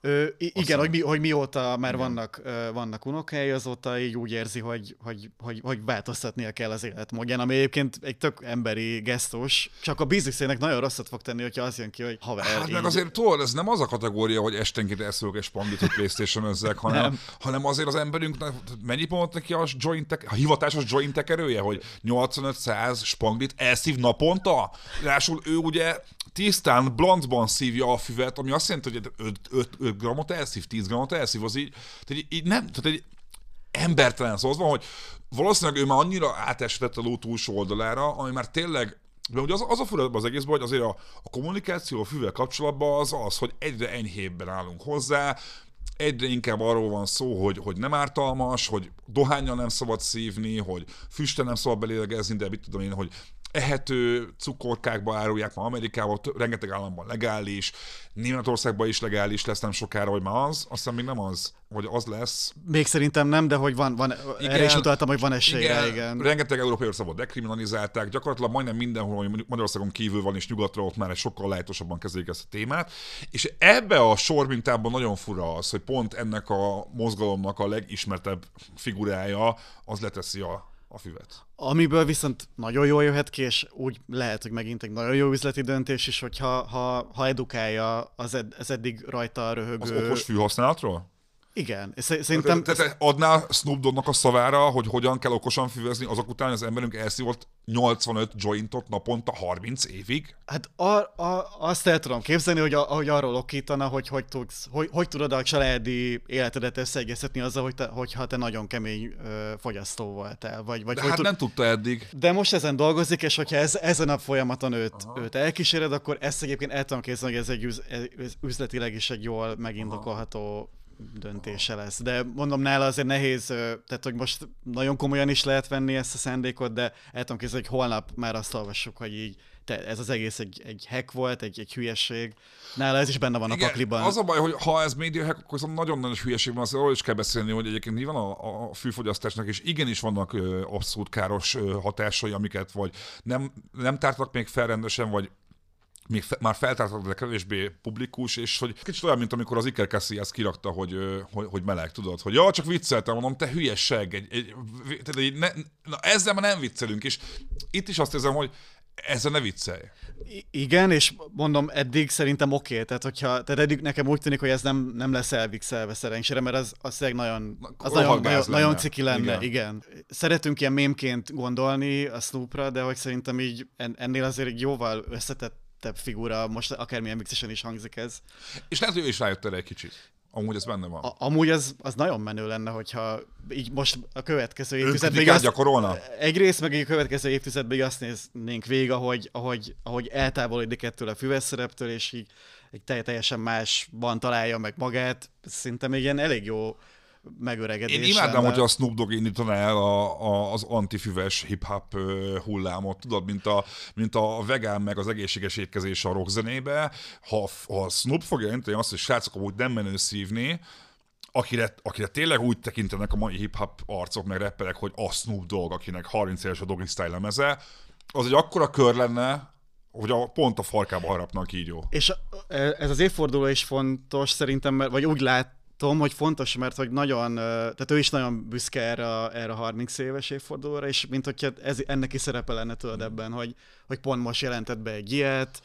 Ö, igen, Aztán... hogy, mi, hogy mióta már vannak, vannak unokái, azóta így úgy érzi, hogy, hogy, hogy, hogy változtatnia kell az életmódján, ami egyébként egy tök emberi gesztus, csak a bizniszének nagyon rosszat fog tenni, hogyha az jön ki, hogy haver. Hát így... meg azért tudod, ez nem az a kategória, hogy esténként eszülök egy spangit, hogy PlayStation-özzek, hanem, hanem azért az emberünknek, mennyit mondott neki a, jointek, a hivatásos jointek erője, hogy nyolcvanöt-száz spanglit elszív naponta? Rásul ő ugye tisztán blancban szívja a füvet, ami azt jelenti, hogy öt grammot elszív, tíz grammot elszív, az így, tehát így nem, tehát egy embertelen, szóval az van, hogy valószínűleg ő már annyira átesett a ló túlsó oldalára, ami már tényleg, de ugye az, az a fura az egészben, hogy azért a, a kommunikáció a füvel kapcsolatban az az, hogy egyre enyhébben állunk hozzá, egyre inkább arról van szó, hogy, hogy nem ártalmas, hogy dohánnyal nem szabad szívni, hogy füstel nem szabad belélegezni, de mit tudom én, hogy ehető cukorkákba árulják ma Amerikában, rengeteg államban legális, Németországban is legális lesz nem sokára, hogy már az, aztán még nem az, hogy az lesz. Még szerintem nem, de hogy van, van igen, erre is utaltam, hogy van esélye, igen. igen. Rengeteg európai országban dekriminalizálták, gyakorlatilag majdnem mindenhol, hogy Magyarországon kívül van és nyugatra, ott már egy sokkal lájtosabban kezelik ezt a témát, és ebbe a sormintában nagyon fura az, hogy pont ennek a mozgalomnak a legismertebb figurája az leteszi a a füvet. Amiből viszont nagyon jól jöhet ki, és úgy lehet, hogy megint egy nagyon jó üzleti döntés is, hogyha ha, ha edukálja az, ed, az eddig rajta röhögő... Az okos fű használatról? Igen. Szerintem... Te, te, te adnál Snoop Doggnak a szavára, hogy hogyan kell okosan füvezni, azok után az emberünk elszívott nyolcvanöt jointot naponta harminc évig? Hát a, a, azt el tudom képzelni, hogy a, ahogy arról okítana, hogy hogy, tudsz, hogy hogy tudod a családi életedet összeegyeztetni azzal, hogy te, hogyha te nagyon kemény ö, fogyasztó voltál. Vagy, vagy De hogy hát tud... nem tudta eddig. De most ezen dolgozik, és hogyha ez, ezen a folyamaton őt, őt elkíséred, akkor ezt egyébként el tudom képzelni, hogy ez egy üz, üzletileg is egy jól megindokolható döntése lesz. De mondom, nála azért nehéz, tehát hogy most nagyon komolyan is lehet venni ezt a szándékot, de el tudom képzelni, hogy holnap már azt olvassuk, hogy így te, ez az egész egy, egy hack volt, egy, egy hülyeség. Nála ez is benne van. Igen, a pakliban. Az a baj, hogy ha ez média hack, akkor viszont nagyon nagy hülyeség van, azért arról is kell beszélni, hogy egyébként nyilván a, a fűfogyasztásnak is igenis vannak ö, abszolút káros ö, hatásai, amiket vagy nem, nem tártak még fel rendesen, vagy még fe, már feltártak, de kevésbé publikus, és hogy kicsit olyan, mint amikor az Iker Casillas kirakta, hogy, hogy, hogy meleg, tudod, hogy ja, csak vicceltem, mondom, te hülyeség, egy, egy, egy, ne, na, ezzel már nem viccelünk, és itt is azt érzem, hogy ezzel ne viccelj. I- igen, és mondom, eddig szerintem oké, okay. Tehát, hogyha, tehát eddig nekem úgy tűnik, hogy ez nem, nem lesz elvixelve szerencsére, mert az, az nagyon, az nagyon, nagyon, nagyon ciki lenne, igen. igen. Szeretünk ilyen mémként gondolni a Snoopra, de hogy szerintem így ennél azért egy jóval összetett figura, most akármilyen mixesen is hangzik ez. És lehet, hogy ő is rájött erre egy kicsit. Amúgy ez benne van. A, amúgy az, az nagyon menő lenne, hogyha így most a következő évtizedben... Azt, gyakorolna? Egyrészt meg a következő évtizedben azt néznénk végig, ahogy, ahogy, ahogy eltávolodik ettől a füves szereptől, és így egy teljesen másban találja meg magát. Szinte még ilyen elég jó megöregedés. Én imádnám, hogyha a Snoop Dogg indítaná el a, a, az antifüves hip-hop hullámot, tudod, mint a, mint a vegán meg az egészséges étkezés a rockzenébe. Ha, ha a Snoop fogja jelenteni azt, hogy srácok, amúgy nem menő szívni, akire, akire tényleg úgy tekintenek a mai hip-hop arcok meg rapperek, hogy a Snoop Dogg, akinek harminc éves a Doggy Style lemeze, az egy akkora kör lenne, hogy a, pont a farkába harapnak kígyó. És ez az évforduló is fontos szerintem, vagy úgy lát, Tom, hogy fontos, mert hogy nagyon, tehát ő is nagyon büszke erre, erre a harminc éves évfordulóra, és mint hogyha ez, ennek is szerepe lenne tudod ebben, hogy, hogy pont most jelentett be egy ilyet.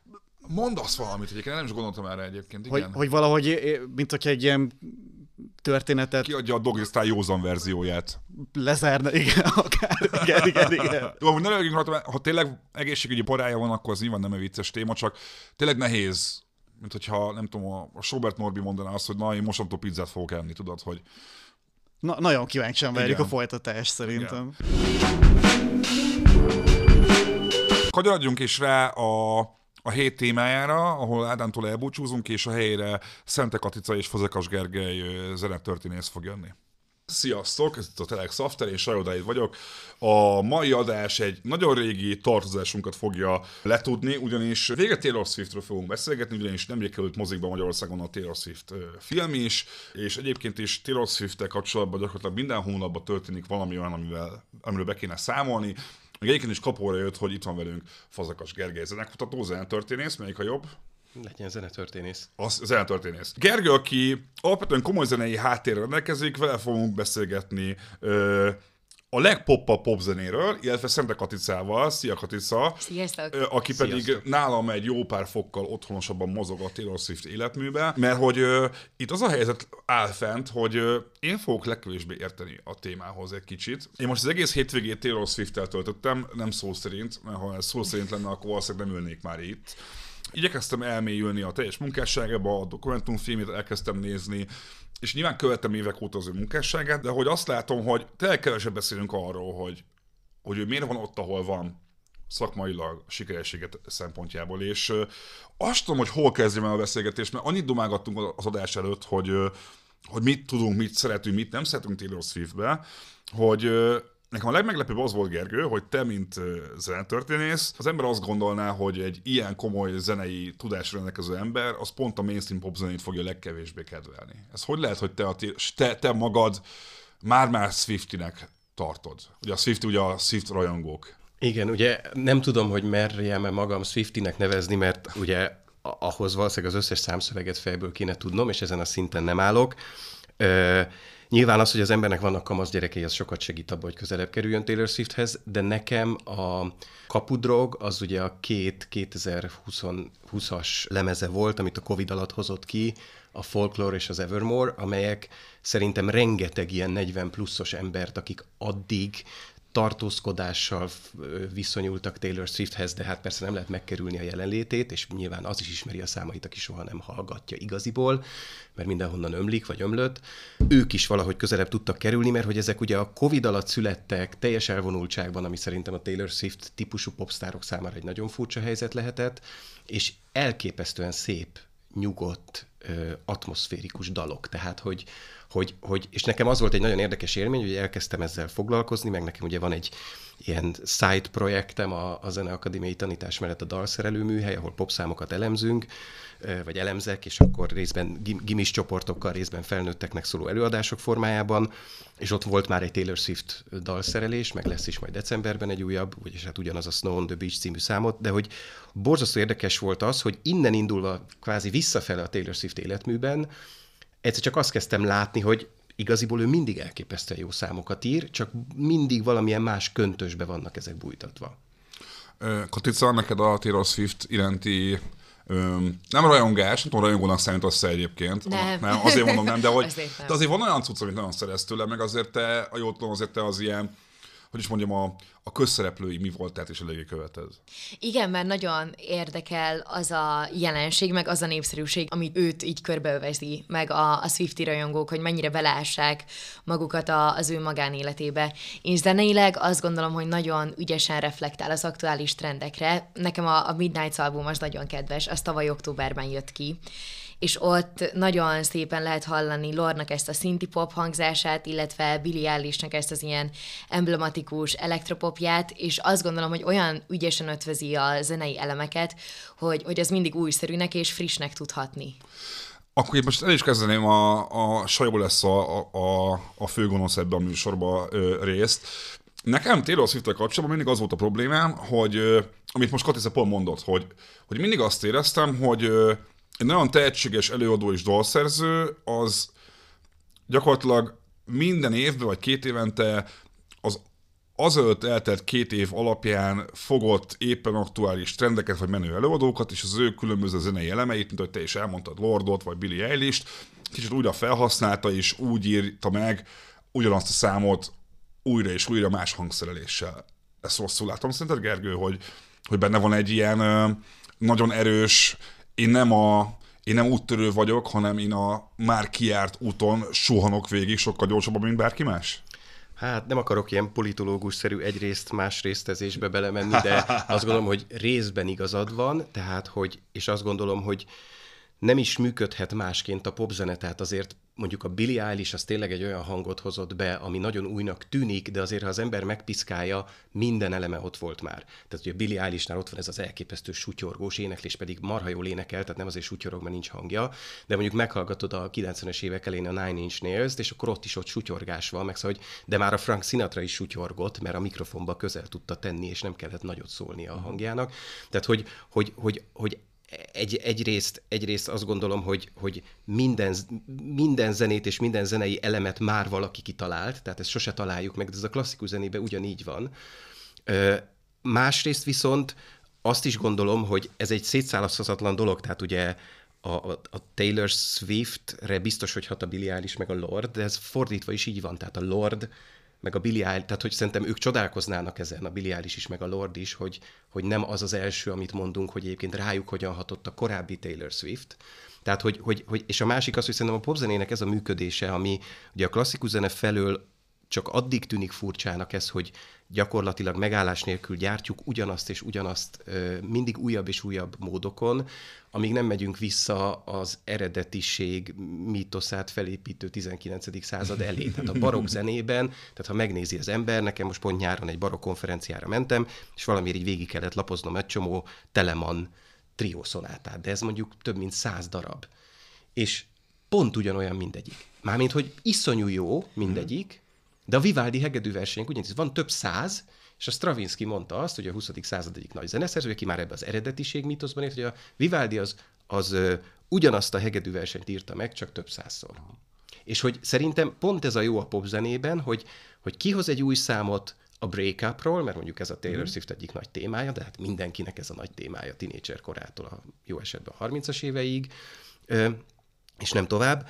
Mondasz valamit egyébként, nem is gondoltam erre egyébként, igen. Hogy, hogy valahogy, mint hogyha egy ilyen történetet... Kiadja a Doggy Style józan verzióját. Lezárna, igen, akár, igen, igen, igen. Jó, amúgy ne legyünk rajta, ha tényleg egészségügyi parája van, akkor az nyilván nem egy vicces téma, csak tényleg nehéz, mint hogyha, nem tudom, a Sobert Norbi mondaná azt, hogy na, én mostantól pizzát fogok enni, tudod, hogy... Na, nagyon kíváncsian várjuk a folytatást, szerintem. Kanyarodjunk is rá a, a hét témájára, ahol Ádámtól elbúcsúzunk, és a helyére Szente Katica és Fazekas Gergely zenetörténész fog jönni. Sziasztok, ez itt a Telex After, én Sajó Dávid vagyok. A mai adás egy nagyon régi tartozásunkat fogja letudni, ugyanis vége Taylor Swiftről fogunk beszélgetni, ugyanis nemrég került mozikba Magyarországon a Taylor Swift film is, és egyébként is Taylor Swift-tel kapcsolatban gyakorlatilag minden hónapban történik valami olyan, amivel, amiről be kéne számolni. Még egyébként is kapóra jött, hogy itt van velünk Fazekas Gergely zenekutató, zenetörténész, melyik a jobb? Legyen zenetörténész. Az zenetörténész. Gergő, aki alapvetően komoly zenei háttérrel rendelkezik, vele fogunk beszélgetni ö, a legpoppabb popzenéről, illetve Szente Katicával, szia Katica, Sziasztok. Ö, aki pedig Sziasztok. nálam egy jó pár fokkal otthonosabban mozog a Taylor Swift életműbe, mert hogy ö, itt az a helyzet áll fent, hogy ö, én fogok legkevésbé érteni a témához egy kicsit. Én most az egész hétvégét Taylor Swift-tel töltöttem, nem szó szerint, mert ha ez szó szerint lenne, akkor valószínűleg nem ülnék már itt. Igyekeztem elmélyülni a teljes munkásságába, a dokumentumfilmét elkezdtem nézni, és nyilván követtem évek óta az ő munkásságát, de hogy azt látom, hogy tényleg kevesebb beszélünk arról, hogy, hogy ő miért van ott, ahol van szakmailag, sikerességet szempontjából, és ö, azt tudom, hogy hol kezdjem el a beszélgetést, mert annyit dumálgattunk az adás előtt, hogy, ö, hogy mit tudunk, mit szeretünk, mit nem szeretünk Taylor Swiftbe, hogy ö, nekem a legmeglepőbb az volt, Gergő, hogy te, mint zenetörténész, az ember azt gondolná, hogy egy ilyen komoly zenei tudásra rendelkező ember, az pont a mainstream pop zenét fogja legkevésbé kedvelni. Ez hogy lehet, hogy te, a, te, te magad már-már Swiftinek tartod? Ugye a Swifti, ugye a Swift rajongók. Igen, ugye nem tudom, hogy merjem-e magam Swiftinek nevezni, mert ugye ahhoz valószínűleg az összes számszöveget fejből kéne tudnom, és ezen a szinten nem állok. Ö, Nyilván az, hogy az embernek vannak kamasz gyerekei, az sokat segít abban, hogy közelebb kerüljön Taylor Swifthez, de nekem a kapudrog az ugye a két kétezer-húszas lemeze volt, amit a Covid alatt hozott ki, a Folklore és az Evermore, amelyek szerintem rengeteg ilyen negyven pluszos embert, akik addig tartózkodással viszonyultak Taylor Swifthez, de hát persze nem lehet megkerülni a jelenlétét, és nyilván az is ismeri a számait, aki soha nem hallgatja igaziból, mert mindenhonnan ömlik, vagy ömlött. Ők is valahogy közelebb tudtak kerülni, mert hogy ezek ugye a Covid alatt születtek, teljes elvonultságban, ami szerintem a Taylor Swift típusú popstárok számára egy nagyon furcsa helyzet lehetett, és elképesztően szép, nyugodt, atmoszférikus dalok. Tehát, hogy, hogy, hogy, és nekem az volt egy nagyon érdekes élmény, hogy elkezdtem ezzel foglalkozni, meg nekem ugye van egy ilyen side projektem a, a Zeneakadémiai tanítás mellett a dalszerelő műhely, ahol popszámokat elemzünk, vagy elemzek, és akkor részben gimis csoportokkal, részben felnőtteknek szóló előadások formájában, és ott volt már egy Taylor Swift dalszerelés, meg lesz is majd decemberben egy újabb, vagyis hát ugyanaz a Snow on the Beach című számot, de hogy borzasztó érdekes volt az, hogy innen indulva kvázi visszafele a Taylor Swift életműben, egyszer csak azt kezdtem látni, hogy igaziból ő mindig elképesztően jó számokat ír, csak mindig valamilyen más köntösbe vannak ezek bújtatva. Katica, neked a Taylor Swift iránti Öm, nem rajongás, nem tudom, rajongónak számítasz egyébként. Nem. nem. Azért mondom nem, de, hogy, azért nem. de azért van olyan cucc, amit nagyon szeretsz tőle, meg azért te, a jól tudom, azért te az ilyen, hogy is mondjam, a, a közszereplői mi voltát is eléggé követed. Igen, mert nagyon érdekel az a jelenség, meg az a népszerűség, amit őt így körbeövezi, meg a, a Swiftie rajongók, hogy mennyire beleássák magukat a, az ő magánéletébe. És zeneileg azt gondolom, hogy nagyon ügyesen reflektál az aktuális trendekre. Nekem a, a Midnights album az nagyon kedves, az tavaly októberben jött ki, és ott nagyon szépen lehet hallani Lornak ezt a synthie-pop hangzását, illetve Billie Eilishnek ezt az ilyen emblematikus elektropopját, és azt gondolom, hogy olyan ügyesen ötvözi a zenei elemeket, hogy, hogy az mindig újszerűnek és frissnek tudhatni. Akkor én most el is kezdeném, a, a Sajó lesz a, a, a főgonosz ebben a műsorban ö, részt. Nekem Taylor Swift-tel kapcsolatban mindig az volt a problémám, hogy, ö, amit most Katica pont mondott, hogy, hogy mindig azt éreztem, hogy ö, egy nagyon tehetséges előadó és dalszerző, az gyakorlatilag minden évben, vagy két évente az azelőtt eltelt két év alapján fogott éppen aktuális trendeket, vagy menő előadókat, és az ő különböző zenei elemeit, mint ahogy te is elmondtad, Lordot, vagy Billie Eilish-t, kicsit újra felhasználta, és úgy írta meg ugyanazt a számot újra és újra más hangszereléssel. Ezt rosszul látom szerinted, Gergő, hogy, hogy benne van egy ilyen ö, nagyon erős, Én nem, a, én nem úttörő vagyok, hanem én a már kijárt úton suhanok végig sokkal gyorsabban, mint bárki más? Hát nem akarok ilyen politológus-szerű egyrészt más résztezésbe belemenni, de azt gondolom, hogy részben igazad van, tehát hogy, és azt gondolom, hogy nem is működhet másként a popzene, tehát azért mondjuk a Billie Eilish az tényleg egy olyan hangot hozott be, ami nagyon újnak tűnik, de azért, ha az ember megpiszkálja, minden eleme ott volt már. Tehát, hogy a Billie Eilishnél ott van ez az elképesztő sutyorgós éneklés, pedig marha jól énekel, tehát nem azért sutyorog, mert nincs hangja, de mondjuk meghallgatod a kilencvenes évek elején a Nine Inch Nails-t, és akkor ott is ott sutyorgás van, meg szóval, hogy de már a Frank Sinatra is sutyorgott, mert a mikrofonba közel tudta tenni, és nem kellett nagyot szólni a hangjának. Tehát, hogy, hogy, hogy, hogy egy, egyrészt, egyrészt azt gondolom, hogy, hogy minden, minden zenét és minden zenei elemet már valaki kitalált, tehát ezt sose találjuk meg, de ez a klasszikus zenében ugyanígy van. Másrészt viszont azt is gondolom, hogy ez egy szétszálaszthatatlan dolog, tehát ugye a, a, a Taylor Swiftre biztos, hogy hat a Billie Eilish meg a Lord, de ez fordítva is így van, tehát a Lord meg a Billie Eilish, tehát hogy szerintem ők csodálkoznának ezen, a Billie Eilish is, meg a Lord is, hogy, hogy nem az az első, amit mondunk, hogy egyébként rájuk hogyan hatott a korábbi Taylor Swift. Tehát, hogy, hogy, hogy és a másik az, hogy szerintem a popzenének ez a működése, ami ugye a klasszikus zene felől csak addig tűnik furcsának ez, hogy gyakorlatilag megállás nélkül gyártjuk ugyanazt és ugyanazt mindig újabb és újabb módokon, amíg nem megyünk vissza az eredetiség mítoszát felépítő tizenkilencedik század elé. Tehát a barokk zenében, tehát ha megnézi az ember, nekem most pont nyáron egy barokk konferenciára mentem, és valamiért így végig kellett lapoznom egy csomó Telemann triószonátát, de ez mondjuk több mint száz darab. És pont ugyanolyan mindegyik. Mármint, hogy iszonyú jó mindegyik, de a Vivaldi hegedűversenyek ugyanis van több száz, és a Stravinsky mondta azt, hogy a huszadik század egyik nagy zeneszerző, aki már ebbe az eredetiség mítoszban ért, hogy a Vivaldi az, az ö, ugyanazt a hegedűversenyt írta meg, csak több százszor. És hogy szerintem pont ez a jó a popzenében, hogy, hogy kihoz egy új számot a break-upról, mert mondjuk ez a Taylor Swift egyik nagy témája, de hát mindenkinek ez a nagy témája tínédzser korától a jó esetben a harmincas éveig, ö, és nem tovább.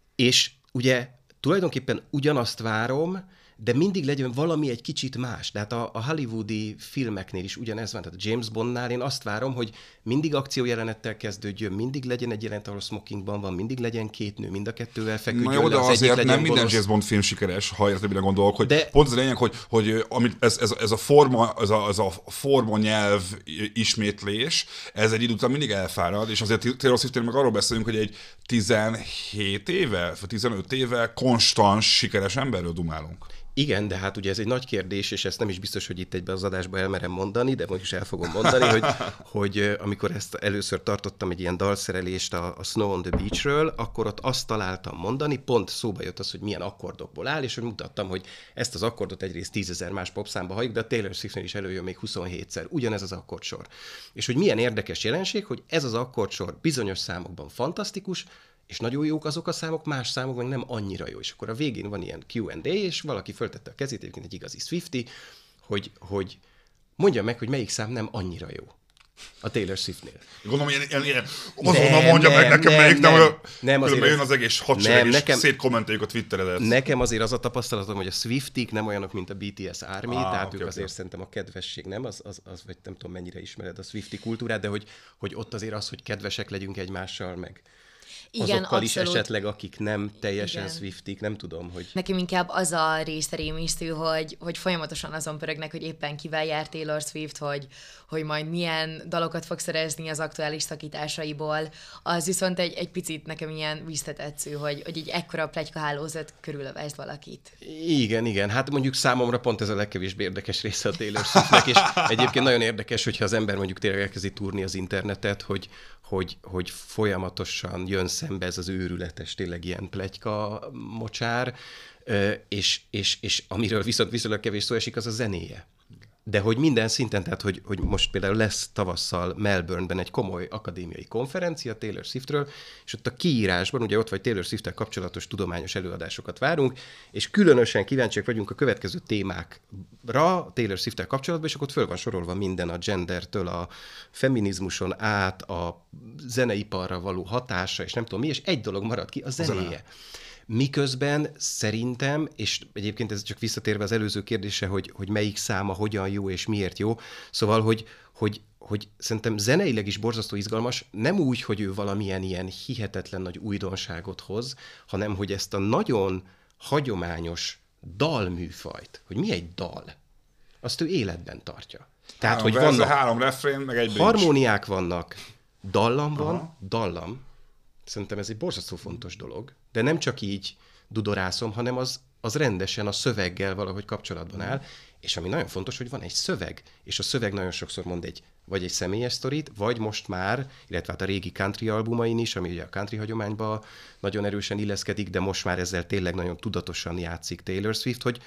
És ugye tulajdonképpen ugyanazt várom, de mindig legyen valami egy kicsit más. Tehát a, a hollywoodi filmeknél is ugyanez van, tehát a James Bondnál én azt várom, hogy mindig akciójelenettel kezdődjön, mindig legyen egy jelenet, ahol smokingban van, mindig legyen két nő, mind a kettővel feküdjön. Na jó, de az azért nem gonosz. minden James Bond film sikeres, ha érted, mire gondolok, hogy de... pont az a lényeg, hogy, hogy amit ez, ez, ez, a forma, ez, a, ez a forma nyelv ismétlés, ez egy idő után mindig elfárad, és azért Taylor Swiftnél meg arról beszélünk, hogy egy tizenhét éve, vagy tizenöt éve konstans, sikeres emberről dumálunk. Igen, de hát ugye ez egy nagy kérdés, és ezt nem is biztos, hogy itt egyben az adásban elmerem mondani, de most is el fogom mondani, hogy, hogy amikor ezt először tartottam egy ilyen dalszerelést a, a Snow on the Beach-ről, akkor ott azt találtam mondani, pont szóba jött az, hogy milyen akkordokból áll, és hogy mutattam, hogy ezt az akkordot egyrészt tízezer más popszámba halljuk, de a Taylor Swiftnél is előjön még huszonhétszer, ugyanez az akkordsor. És hogy milyen érdekes jelenség, hogy ez az akkordsor bizonyos számokban fantasztikus, és nagyon jók azok a számok, más számok meg nem annyira jó. És akkor a végén van ilyen Q and A, és valaki föltette a kezét, egyébként egy igazi Swiftie, hogy, hogy mondja meg, hogy melyik szám nem annyira jó a Taylor Swiftnél. Gondolom, ilyen, ilyen, ilyen azonnal mondja nem, meg nekem, nem, melyik nem, nem, nem különben jön az egész hadsereg, és nekem, szétkommenteljük a Twitteredet. Nekem azért az a tapasztalatom, hogy a Swiftik nem olyanok, mint a bé té es Army, ah, tehát okay, ők azért okay. Szerintem a kedvesség nem, az, az, az, vagy nem tudom, mennyire ismered a Swiftie kultúrát, de hogy, hogy ott azért az, hogy kedvesek legyünk egymással, meg igen, azokkal abszolút. Is esetleg, akik nem teljesen igen. Swiftik, nem tudom, hogy... Nekem inkább az a része rémisztő, hogy, hogy folyamatosan azon pörögnek, hogy éppen kivel jár Taylor Swift, hogy, hogy majd milyen dalokat fog szerezni az aktuális szakításaiból. Az viszont egy, egy picit nekem ilyen visszatetsző, hogy, hogy egy ekkora pletykahálózat körülövesd valakit. Igen, igen. Hát mondjuk számomra pont ez a legkevésbé érdekes része a Taylor Swiftnek, és egyébként nagyon érdekes, hogyha az ember mondjuk tényleg elkezdi túrni az internetet, hogy, hogy, hogy folyamatosan jön szembe ez az őrületes, tényleg ilyen pletyka mocsár, és, és, és amiről viszont viszonylag kevés szó esik, az a zenéje. De hogy minden szinten, tehát hogy, hogy most például lesz tavasszal Melbourneben egy komoly akadémiai konferencia Taylor Swiftről, és ott a kiírásban, ugye ott vagy Taylor Swifttel kapcsolatos tudományos előadásokat várunk, és különösen kíváncsiak vagyunk a következő témákra Taylor Swifttel kapcsolatban, és akkor ott föl van sorolva minden a gendertől, a feminizmuson át, a zeneiparra való hatása, és nem tudom mi, és egy dolog marad ki, a zenéje. Miközben szerintem, és egyébként ez csak visszatérve az előző kérdése, hogy, hogy melyik száma hogyan jó és miért jó, szóval, hogy, hogy, hogy szerintem zeneileg is borzasztó izgalmas, nem úgy, hogy ő valamilyen ilyen hihetetlen nagy újdonságot hoz, hanem hogy ezt a nagyon hagyományos dalműfajt, hogy mi egy dal, azt ő életben tartja. Tehát, három hogy verze, vannak három refrén, meg egy harmóniák vannak, dallam van, aha. dallam. Szerintem ez egy borzasztó fontos dolog, de nem csak így dudorászom, hanem az, az rendesen a szöveggel valahogy kapcsolatban áll, és ami nagyon fontos, hogy van egy szöveg, és a szöveg nagyon sokszor mond egy, vagy egy személyes sztorit, vagy most már, illetve hát a régi country albumain is, ami ugye a country hagyományba nagyon erősen illeszkedik, de most már ezzel tényleg nagyon tudatosan játszik Taylor Swift, hogy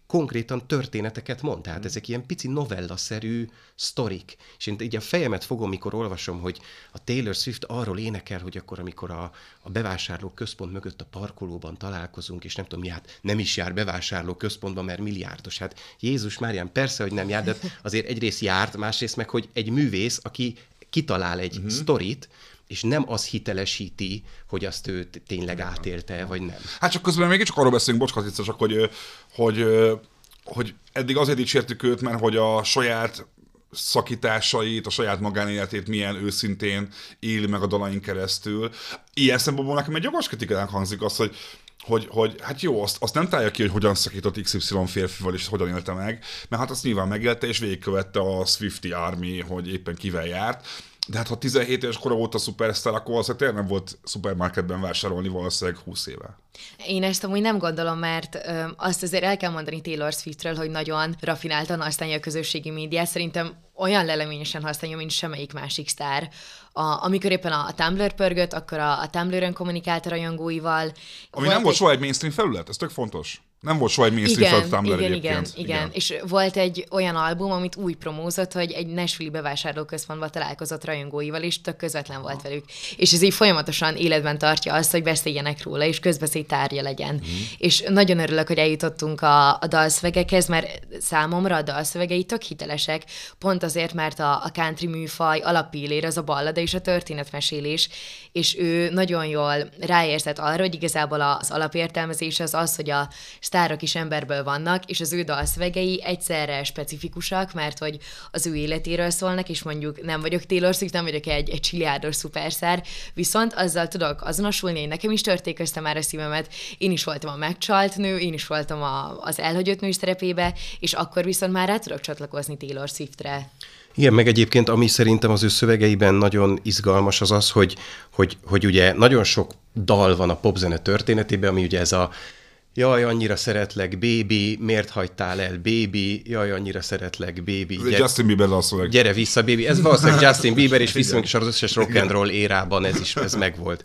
konkrétan történeteket mond. Tehát ezek ilyen pici novellaszerű sztorik. És én így a fejemet fogom, mikor olvasom, hogy a Taylor Swift arról énekel, hogy akkor, amikor a, a bevásárló központ mögött a parkolóban találkozunk, és nem tudom mi, hát nem is jár bevásárló központban, mert milliárdos. Hát Jézus Márián, persze, hogy nem jár, de azért egyrészt járt, másrészt meg, hogy egy művész, aki kitalál egy uh-huh. sztorit, és nem az hitelesíti, hogy azt ő tényleg átélte, vagy nem. Hát csak közben még csak arról beszélünk, bocsánat, csak hogy, hogy, hogy eddig azért dicsértük őt, mert hogy a saját szakításait, a saját magánéletét milyen őszintén él meg a dalain keresztül. Ilyen szempontból nekem egy jogos kritikának hangzik az, hogy Hogy, hogy hát jó, azt, azt nem találja ki, hogy hogyan szakított iksz ipszilon férfival, és hogyan élte meg, mert hát azt nyilván megélte, és végigkövette a Swiftie Army, hogy éppen kivel járt. De hát ha tizenhét éves kora volt a szupersztár, akkor valószínűleg tényleg nem volt szupermarketben vásárolni valószínűleg húsz éve. Én ezt amúgy nem gondolom, mert ö, azt azért el kell mondani Taylor Swiftről, hogy nagyon rafináltan használja a közösségi médiát. Szerintem olyan leleményesen használja, mint semmelyik másik sztár. A, amikor éppen a, a Tumblr pörgött, akkor a, a Tumblr-ön kommunikált a rajongóival. Ami volt nem egy... volt soha egy mainstream felület, ez tök fontos. Nem volt soha egy mainstream felület Tumblr igen, egyébként. Igen, igen, és volt egy olyan album, amit úgy promózott, hogy egy Nashville-i bevásárlóközpontban találkozott rajongóival, és tök közvetlen volt velük. És ez így folyamatosan életben tartja azt, hogy beszéljenek róla, és közbeszéd tárgya legyen. Mm. És nagyon örülök, hogy eljutottunk a, a dalszövegekhez, mert számomra a dalszövegei tök hitelesek, pont azért, mert a, a country műfaj alappillér az a ballada és a történetmesélés, és ő nagyon jól ráérzett arra, hogy igazából az alapértelmezés az az, hogy a sztárok is emberből vannak, és az ő dalszövegei egyszerre specifikusak, mert hogy az ő életéről szólnak, és mondjuk nem vagyok Taylor Swift, nem vagyok egy, egy csiliárdos szupersztár, viszont azzal tudok azonosulni, hogy nekem is törték köztem már a szívemet, én is voltam a megcsalt nő, én is voltam a, az elhagyott nő szerepébe, és akkor viszont már rá tudok csatlakozni Taylor Swiftre. Igen, meg egyébként, ami szerintem az ő szövegeiben nagyon izgalmas, az az, hogy, hogy, hogy ugye nagyon sok dal van a popzene történetében, ami ugye ez a jaj, annyira szeretlek, baby, miért hagytál el, baby, jaj, annyira szeretlek, baby. Ez gyere, Justin Bieber a szöveg. Gyere vissza, baby. Ez valószínűleg Justin Bieber, és viszont is az összes rock and roll érában ez is ez megvolt.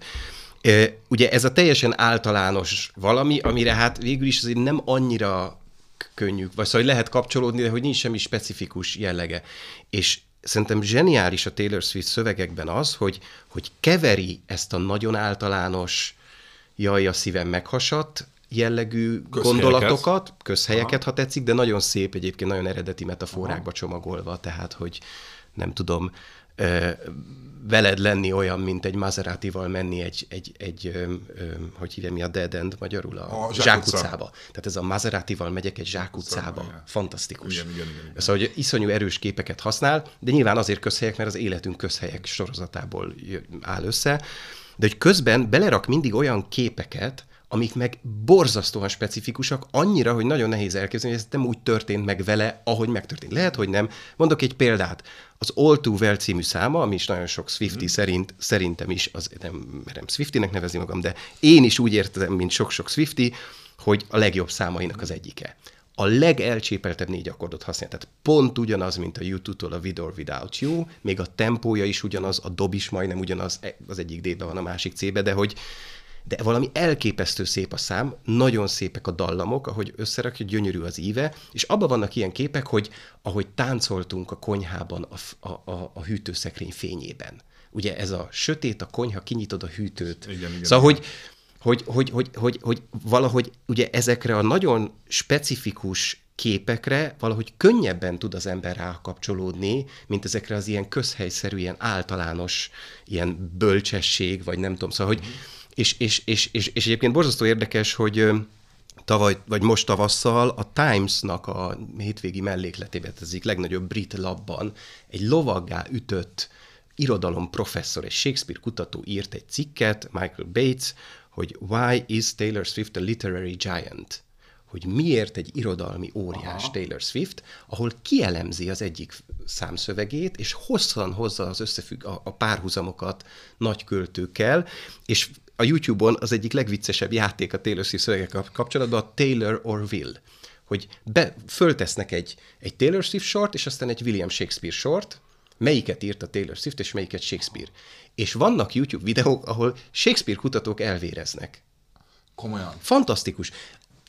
E, ugye ez a teljesen általános valami, amire hát végül is azért nem annyira könnyű, vagy szóval lehet kapcsolódni, de hogy nincs semmi specifikus jellege. És szerintem zseniális a Taylor Swift szövegekben az, hogy, hogy keveri ezt a nagyon általános jaj, a szívem meghasadt jellegű közhelyeket. gondolatokat, közhelyeket, Aha. ha tetszik, de nagyon szép egyébként, nagyon eredeti metaforákba csomagolva, tehát, hogy nem tudom, ö, veled lenni olyan, mint egy Maseratival menni egy, egy, egy ö, ö, hogy hívja mi a Dead End magyarul, a, a zsákutcába. Tehát ez a Maseratival megyek egy zsákutcába. Igen. Fantasztikus. Igen, igen, igen, igen. Szóval, hogy iszonyú erős képeket használ, de nyilván azért közhelyek, mert az életünk közhelyek sorozatából áll össze, de hogy közben belerak mindig olyan képeket, amik meg borzasztóan specifikusak, annyira, hogy nagyon nehéz elképzelni, hogy ez nem úgy történt meg vele, ahogy megtörtént. Lehet, hogy nem. Mondok egy példát. Az All Too Well című száma, ami is nagyon sok Swiftie mm. szerint, szerintem is, az nem merem Swiftie-nek nevezni magam, de én is úgy értem, mint sok-sok Swiftie, hogy a legjobb számainak az egyike. A legelcsépeltebb négy akkordot használ. Tehát pont ugyanaz, mint a U kettő-től a With or Without You, még a tempója is ugyanaz, a dob is majdnem ugyanaz, az egyik D-ben van, a másik C-be, de hogy de valami elképesztő szép a szám, nagyon szépek a dallamok, ahogy összerakja, gyönyörű az íve, és abban vannak ilyen képek, hogy ahogy táncoltunk a konyhában a, a, a, a hűtőszekrény fényében. Ugye ez a sötét, a konyha, kinyitod a hűtőt. Igen, igen, szóval, igen. Hogy, hogy, hogy, hogy, hogy, hogy valahogy ugye ezekre a nagyon specifikus képekre valahogy könnyebben tud az ember rákapcsolódni, mint ezekre az ilyen közhelyszerű, ilyen általános ilyen bölcsesség, vagy nem tudom, szóval, hogy És, és, és, és, és egyébként borzasztó érdekes, hogy tavaly, vagy most tavasszal a Times-nak a hétvégi mellékletében, ez egyik legnagyobb brit labban, egy lovaggá ütött irodalom professzor, egy Shakespeare kutató írt egy cikket, Michael Bates, hogy Why is Taylor Swift a literary giant? Hogy miért egy irodalmi óriás Aha. Taylor Swift, ahol kielemzi az egyik számszövegét, és hosszan hozza az összefügg a, a párhuzamokat nagy költőkkel, és a YouTube-on az egyik legviccesebb játék a Taylor Swift szövegekkel kapcsolatban a Taylor or Will, hogy be, föltesznek egy, egy Taylor Swift sort, és aztán egy William Shakespeare sort, melyiket írt a Taylor Swift, és melyiket Shakespeare. És vannak YouTube videók, ahol Shakespeare kutatók elvéreznek. Komolyan. Fantasztikus.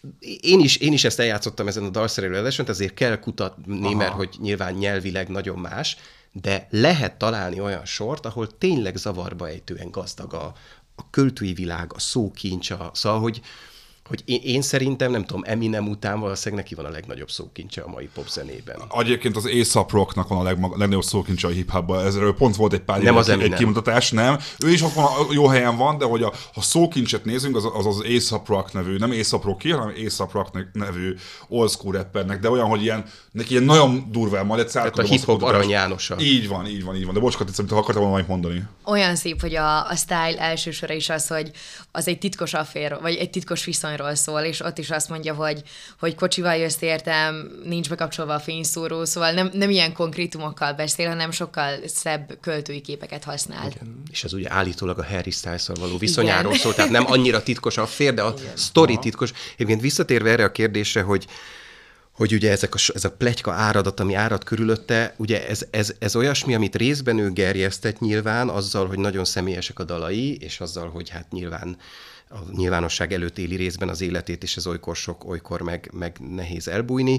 én is, én is ezt eljátszottam ezen a dalszerelő adáson, ezért kell kutatni, Aha. mert hogy nyilván nyelvileg nagyon más, de lehet találni olyan sort, ahol tényleg zavarba ejtően gazdag a, a költői világ, a szókincs, a, szóval, hogy hogy én, én szerintem, nem tudom, Eminem után valószínűleg neki van a legnagyobb szókincse a mai popzenében. Egyébként az A$ap Rocknak van a legmag- legnagyobb szókincse a hip-hopban, ezről pont volt egy pár nem éve egy kimutatás, nem. Ő is ott van, jó helyen van, de hogy a, ha szókincset nézünk, az az, az A$ap Rock nevű, nem A$ap Rocky, hanem A$ap Rock nevű old school rappernek, de olyan, hogy ilyen, neki ilyen nagyon durván, majd egyszer Tehát a hip-hop Arany Jánosa. Így van, így van, így van. De bocs, Katica, amit akartam volna mondani. Olyan szép, hogy a, a style első sora is az, hogy az egy titkos affér, vagy egy titkos viszonyról szól, és ott is azt mondja, hogy, hogy kocsival jössz értem, nincs bekapcsolva a fényszóró, szóval nem, nem ilyen konkrétumokkal beszél, hanem sokkal szebb költői képeket használ. Igen. És ez ugye állítólag a Harry Styles-szal való viszonyáról szól, tehát nem annyira titkos affér, de a Igen. sztori titkos. Egyébként visszatérve erre a kérdésre, hogy hogy ugye ezek a, ez a pletyka áradat, ami árad körülötte, ugye ez, ez, ez olyasmi, amit részben ő gerjesztett nyilván, azzal, hogy nagyon személyesek a dalai, és azzal, hogy hát nyilván a nyilvánosság előtt éli részben az életét, és ez olykor sok, olykor meg, meg nehéz elbújni,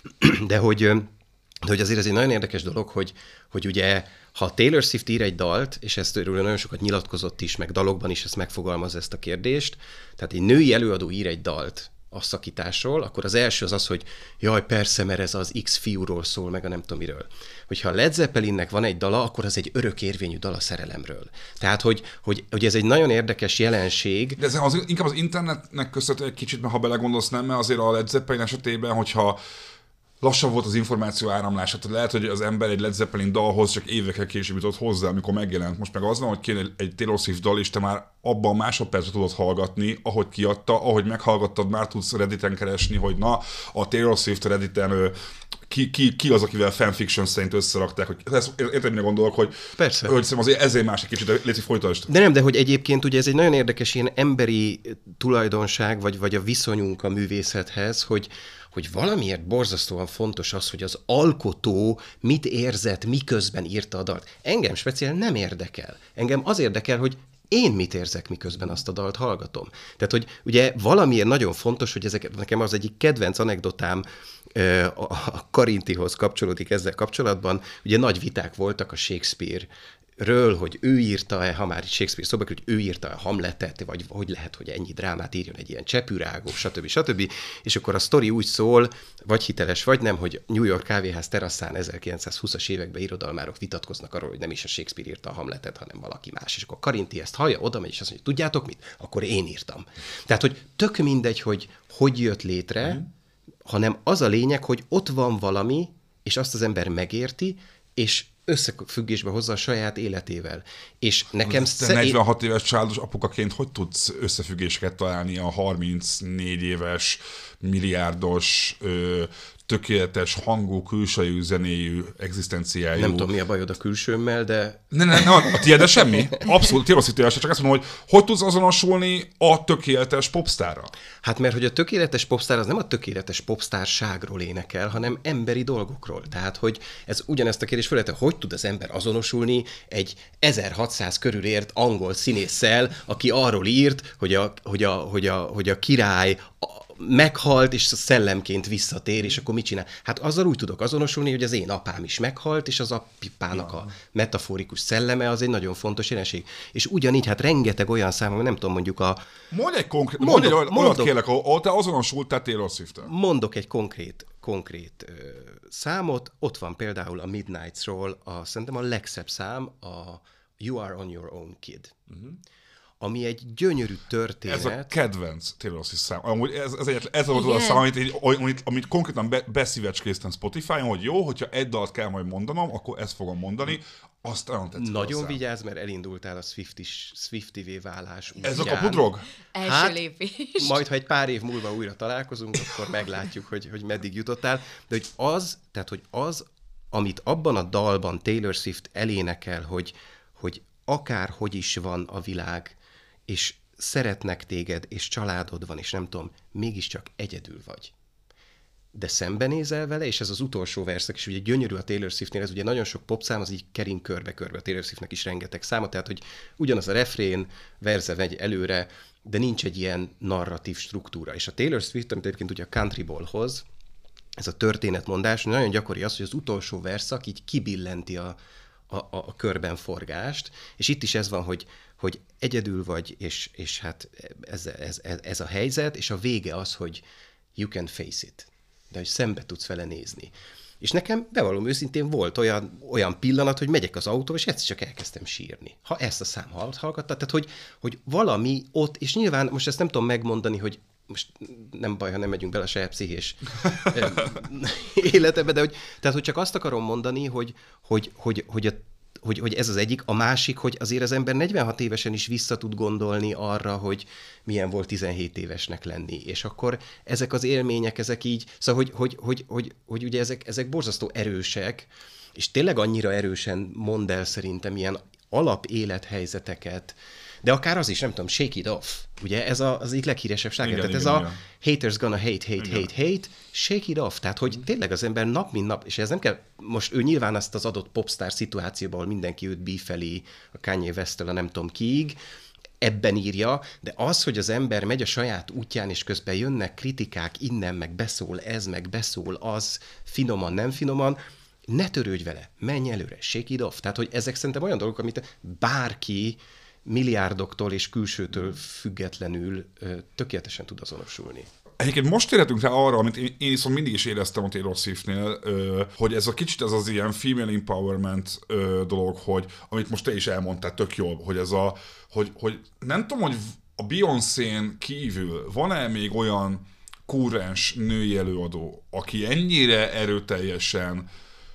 de hogy, de hogy azért ez egy nagyon érdekes dolog, hogy, hogy ugye, ha Taylor Swift ír egy dalt, és ezt erről nagyon sokat nyilatkozott is, meg dalokban is ezt megfogalmaz ezt a kérdést, tehát egy női előadó ír egy dalt a szakításról, akkor az első az az, hogy jaj, persze, mert ez az X fiúról szól, meg a nem tudom miről. Hogyha a Led Zeppelinnek van egy dala, akkor az egy örökérvényű dal a szerelemről. Tehát, hogy, hogy, hogy ez egy nagyon érdekes jelenség. De ez az, inkább az internetnek köszönhető egy kicsit, mert ha belegondolsz, nem, mert azért a Led Zeppelin esetében, hogyha lassabb volt az információ áramlása, tehát lehet, hogy az ember egy Led Zeppelin dalhoz csak évekkel később jutott hozzá, amikor megjelent. Most meg az van, hogy kéne egy Taylor Swift dal, és te már abban a másodpercben tudod hallgatni, ahogy kiadta, ahogy meghallgattad, már tudsz Redditen keresni, hogy na, a Taylor Swift Redditen ki, ki, ki az, akivel fanfiction szerint összerakták, hogy ezt érted, mire gondolok, hogy, Persze. hogy azért ezért másik kicsit, de légy folytasd. De nem, de hogy egyébként ugye ez egy nagyon érdekes ilyen emberi tulajdonság, vagy, vagy a viszonyunk a művészethez, hogy hogy valamiért borzasztóan fontos az, hogy az alkotó mit érzett, miközben írta a dalt. Engem speciál nem érdekel. Engem az érdekel, hogy én mit érzek, miközben azt a dalt hallgatom. Tehát, hogy ugye valamiért nagyon fontos, hogy ezek, nekem az egyik kedvenc anekdotám a Karintihoz kapcsolódik ezzel kapcsolatban, ugye nagy viták voltak a Shakespeare ről, hogy ő írta-e, ha már Shakespeare szóba került, hogy ő írta a Hamletet, vagy hogy lehet, hogy ennyi drámát írjon egy ilyen csepürágó, stb. stb. És akkor a sztori úgy szól, vagy hiteles, vagy nem, hogy New York kávéház teraszán ezerkilencszázhúszas években irodalmárok vitatkoznak arról, hogy nem is a Shakespeare írta a Hamletet, hanem valaki más. És akkor Karinti ezt hallja, oda megy, és azt mondja, tudjátok mit? Akkor én írtam. Tehát, hogy tök mindegy, hogy hogy jött létre, mm. hanem az a lényeg, hogy ott van valami, és azt az ember megérti, és összefüggésbe hozza a saját életével. És nekem... Te sze... negyvenhat éves családos apukaként hogy tudsz összefüggéseket találni a harmincnégy éves, milliárdos, ö, tökéletes hangú, külsejű, zenéjű, egzisztenciájú... Nem tudom, mi a bajod a külsőmmel, de... Ne, ne, ne, a tiéd semmi. Abszolút, tényleg csak azt mondom, hogy hogy tudsz azonosulni a tökéletes popsztárra? Hát mert hogy a tökéletes popsztár az nem a tökéletes popsztárságról énekel, hanem emberi dolgokról. Tehát, hogy ez ugyanezt a kérdés fölete, hogy tud az ember azonosulni egy ezerhatszáz körül ért angol színésszel, aki arról írt, hogy a, hogy a, hogy a, hogy a király meghalt, és szellemként visszatér, és akkor mit csinál? Hát azzal úgy tudok azonosulni, hogy az én apám is meghalt, és az apának a metaforikus szelleme az egy nagyon fontos jelenség. És ugyanígy, hát rengeteg olyan szám, hogy nem tudom, mondjuk a... Mondj egy konkrét, mondok, mondj egy olyat kérlek, ahol te azonosultál Taylor Swift-tel. Mondok egy konkrét, konkrét ö, számot, ott van például a Midnights-ról, a, szerintem a legszebb szám, a You Are On Your Own Kid. Uh-huh. Ami egy gyönyörű történet. Ez a kedvenc Taylor Swift szám. Amúgy ez, ez, egy, ez volt az a szám, amit, amit, amit konkrétan be, beszívecskéztem Spotify-on, hogy jó, hogyha egy dalt kell majd mondanom, akkor ezt fogom mondani. Azt nagyon tetszik. Nagyon vigyázz, mert elindultál a Swiftis, Swiftivé válás útján. Ez a kapudrog? Első hát, lépés. Majd, ha egy pár év múlva újra találkozunk, akkor meglátjuk, hogy, hogy meddig jutottál. De hogy az, tehát hogy az, amit abban a dalban Taylor Swift elénekel, hogy, hogy akárhogy is van a világ, és szeretnek téged, és családod van, és nem tudom, mégiscsak egyedül vagy. de szembenézel vele, és ez az utolsó verszak, és ugye gyönyörű a Taylor Swiftnél, ez ugye nagyon sok popszám, az így kering körbe-körbe, a Taylor Swiftnek is rengeteg száma, tehát hogy ugyanaz a refrén, verze megy előre, de nincs egy ilyen narratív struktúra. És a Taylor Swift, amit egyébként ugye a countryból hoz, ez a történetmondás, nagyon gyakori az, hogy az utolsó verszak így kibillenti a, a, a körben forgást, és itt is ez van, hogy, hogy egyedül vagy, és, és hát ez, ez, ez, ez a helyzet, és a vége az, hogy you can face it, de hogy szembe tudsz vele nézni. És nekem, bevallom őszintén, volt olyan, olyan pillanat, hogy megyek az autóba, és egyszer csak elkezdtem sírni. Ha ezt a szám hallgatta, tehát hogy, hogy valami ott, és nyilván most ezt nem tudom megmondani, hogy most nem baj, ha nem megyünk bele a saját pszichés életebe, de hogy, tehát, hogy csak azt akarom mondani, hogy, hogy, hogy, hogy, a, hogy, hogy ez az egyik, a másik, hogy azért az ember negyvenhat évesen is vissza tud gondolni arra, hogy milyen volt tizenhét évesnek lenni, és akkor ezek az élmények, ezek így, szóval, hogy, hogy, hogy, hogy, hogy ugye ezek, ezek borzasztó erősek, és tényleg annyira erősen mond el szerintem ilyen alapélethelyzeteket, de akár az is, nem tudom, Shake It Off. Ugye ez a, az egyik leghíresebb sláger. Tehát ez igen, a igen. Haters gonna hate, hate, igen. hate, hate, Shake It Off. Tehát, hogy tényleg az ember nap, mint nap, és ez nem kell, most ő nyilván azt az adott popstar szituációban, ahol mindenki őt bífeli, a Kanye West-től a nem tudom kiig, ebben írja, de az, hogy az ember megy a saját útján, és közben jönnek kritikák innen, meg beszól ez, meg beszól az, finoman, nem finoman, ne törődj vele, menj előre, Shake It Off. Tehát, hogy ezek szerintem olyan dolgok, amit bárki milliárdoktól és külsőtől függetlenül ö, tökéletesen tud azonosulni. Egyébként most érhetünk rá arra, amit én, én viszont mindig is éreztem a Taylor Swiftnél, ö, hogy ez a kicsit ez az ilyen female empowerment ö, dolog, hogy amit most te is elmondtál tök jól, hogy ez a, hogy, hogy nem tudom, hogy a Beyoncé-n kívül van-e még olyan kúrens női előadó, aki ennyire erőteljesen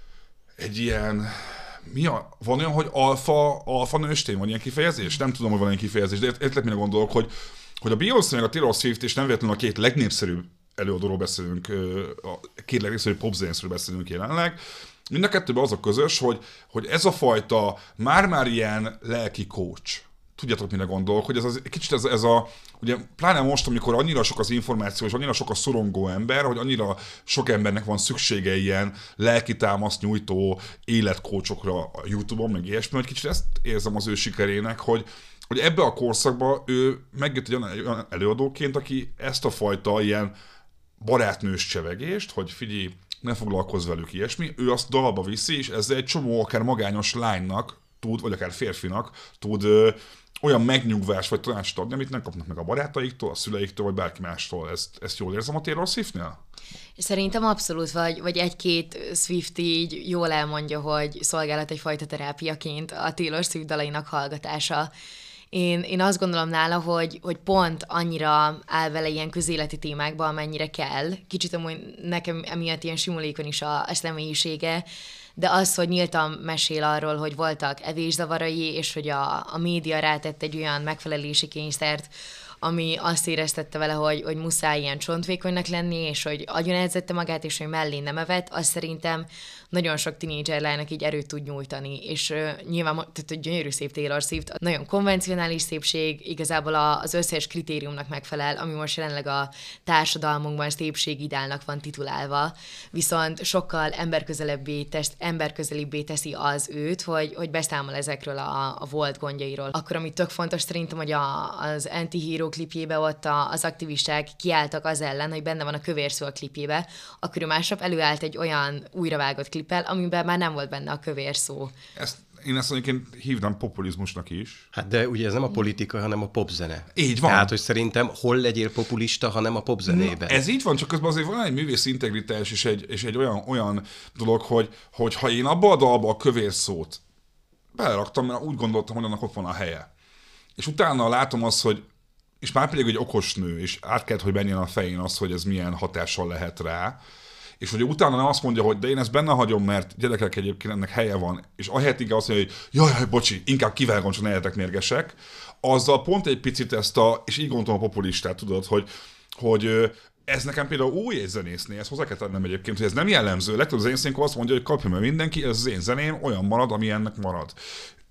egy ilyen, mi a, van olyan, hogy alfa, alfa nőstény, van ilyen kifejezés? Nem tudom, hogy van ilyen kifejezés, de értelek mire gondolok, hogy, hogy a Beyoncé meg a Taylor Swift, és nem véletlenül a két legnépszerűbb előadóról beszélünk, a két legnépszerűbb popzenészről beszélünk jelenleg, mind a kettőben az a közös, hogy, hogy ez a fajta már-már ilyen lelki coach, tudjátok, mire gondolok, hogy ez az, kicsit ez, ez a, ugye pláne most, amikor annyira sok az információ, és annyira sok a szorongó ember, hogy annyira sok embernek van szüksége ilyen lelki támaszt nyújtó életkócsokra a YouTube-on, meg ilyesmi, hogy kicsit ezt érzem az ő sikerének, hogy, hogy ebbe a korszakban ő megjött egy olyan előadóként, aki ezt a fajta ilyen barátnős csevegést, hogy figyelj, ne foglalkozz velük ilyesmi, ő azt dalba viszi, és ezzel egy csomó akár magányos lánynak tud, vagy akár férfinak tud ö, olyan megnyugvás vagy tanácsot adni, amit nem kapnak meg a barátaiktól, a szüleiktől, vagy bárki mástól. Ezt, ezt jól érzem a Taylor Swiftnél? Szerintem abszolút, vagy, vagy egy-két Swiftie így jól elmondja, hogy szolgálat egyfajta terápiaként a Taylor Swift dalainak hallgatása. Én, én azt gondolom nála, hogy, hogy pont annyira áll vele ilyen közéleti témákba, amennyire kell. Kicsit amúgy nekem emiatt ilyen simulékony is a, a személyisége, de az, hogy nyíltan mesél arról, hogy voltak evészavarai, és hogy a, a média rátett egy olyan megfelelési kényszert, ami azt éreztette vele, hogy, hogy muszáj ilyen csontvékonynak lenni, és hogy agyonedzette magát, és hogy mellé nem evett, az szerintem nagyon sok tínédzser lánynak így erőt tud nyújtani, és uh, nyilván tehát, hogy gyönyörű szép Taylor Swift, nagyon konvencionális szépség, igazából az összes kritériumnak megfelel, ami most jelenleg a társadalmunkban szépségidálnak van titulálva, viszont sokkal emberközelebbé tesz, emberközelibbé teszi az őt, hogy, hogy beszámol ezekről a, a volt gondjairól. Akkor, ami tök fontos szerintem, hogy a, az Anti-Hero klipjébe ott a, az aktivisták kiálltak az ellen, hogy benne van a kövér szó a klipjébe, akkor ő másnap előállt egy olyan újravágott klippel, amiben már nem volt benne a kövér szó. Ezt, én ezt egyébként hívnám populizmusnak is. Hát de ugye ez nem a politika, hanem a popzene. Így van. Tehát, hogy szerintem hol legyél populista, ha nem a popzenében. Na, ez így van, csak közben azért van egy művész integritás és egy, és egy olyan, olyan dolog, hogy, hogy ha én abba a dalba a kövér szót beleraktam, mert úgy gondoltam, hogy annak ott van a helye. És utána látom azt, hogy és már pedig egy okos nő, és át kellett, hogy menjen a fején az, hogy ez milyen hatással lehet rá, és hogy utána nem azt mondja, hogy de én ezt benne hagyom, mert gyerekek egyébként ennek helye van, és ahelyett inkább azt mondja, hogy jaj, jaj, bocsi, inkább kivágom, csak ne legyetek mérgesek, azzal pont egy picit ezt a, és így gondolom a populistát, tudod, hogy, hogy ez nekem például új egy zenésznél, ezt hozzá kell tennem egyébként, hogy ez nem jellemző. Legtöbb zenésznénk azt mondja, hogy kapja meg mindenki, ez az én zeném olyan marad, ami ennek marad.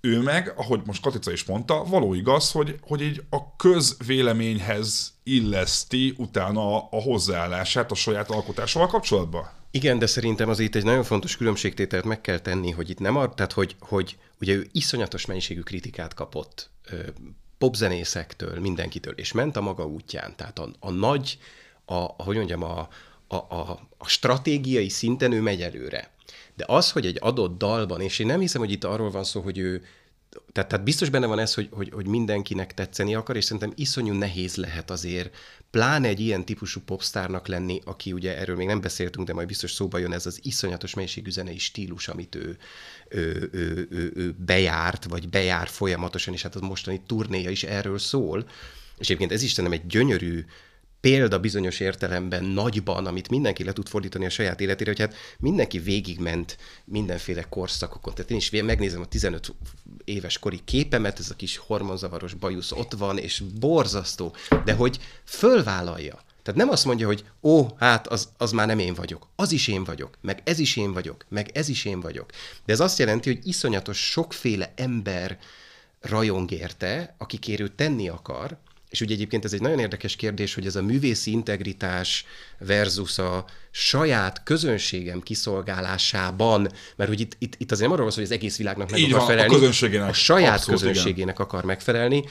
ő meg, ahogy most Katica is mondta, való igaz, hogy, hogy így a közvéleményhez illeszti utána a hozzáállását a saját alkotásával kapcsolatban. Igen, de szerintem az itt egy nagyon fontos különbségtételt meg kell tenni, hogy itt nem arra, tehát hogy, hogy ugye ő iszonyatos mennyiségű kritikát kapott ö, popzenészektől, mindenkitől, és ment a maga útján. Tehát a, a nagy, a, hogy mondjam, a, a, a, a stratégiai szinten ő megy előre. De az, hogy egy adott dalban, és én nem hiszem, hogy itt arról van szó, hogy ő, tehát, tehát biztos benne van ez, hogy, hogy, hogy mindenkinek tetszeni akar, és szerintem iszonyú nehéz lehet azért, pláne egy ilyen típusú popstárnak lenni, aki ugye erről még nem beszéltünk, de majd biztos szóba jön ez az iszonyatos mennyiségű zenei stílus, amit ő, ő, ő, ő, ő bejárt, vagy bejár folyamatosan, és hát az mostani turnéja is erről szól. És egyébként ez is szerintem egy gyönyörű példa bizonyos értelemben nagyban, amit mindenki le tud fordítani a saját életére, hogy hát mindenki végigment mindenféle korszakokon. Tehát én is megnézem a tizenöt éves kori képemet, ez a kis hormonzavaros bajusz ott van, és borzasztó, de hogy fölvállalja. Tehát nem azt mondja, hogy ó, hát az, az már nem én vagyok, az is én vagyok, meg ez is én vagyok, meg ez is én vagyok. De ez azt jelenti, hogy iszonyatos sokféle ember rajong érte, akikért ő tenni akar. És ugye egyébként ez egy nagyon érdekes kérdés, hogy ez a művészi integritás versus a saját közönségem kiszolgálásában, mert hogy itt, itt, itt azért nem arról van szó, hogy az egész világnak meg Így akar van, felelni, a közönségének. a saját Abszolút, közönségének igen. akar megfelelni,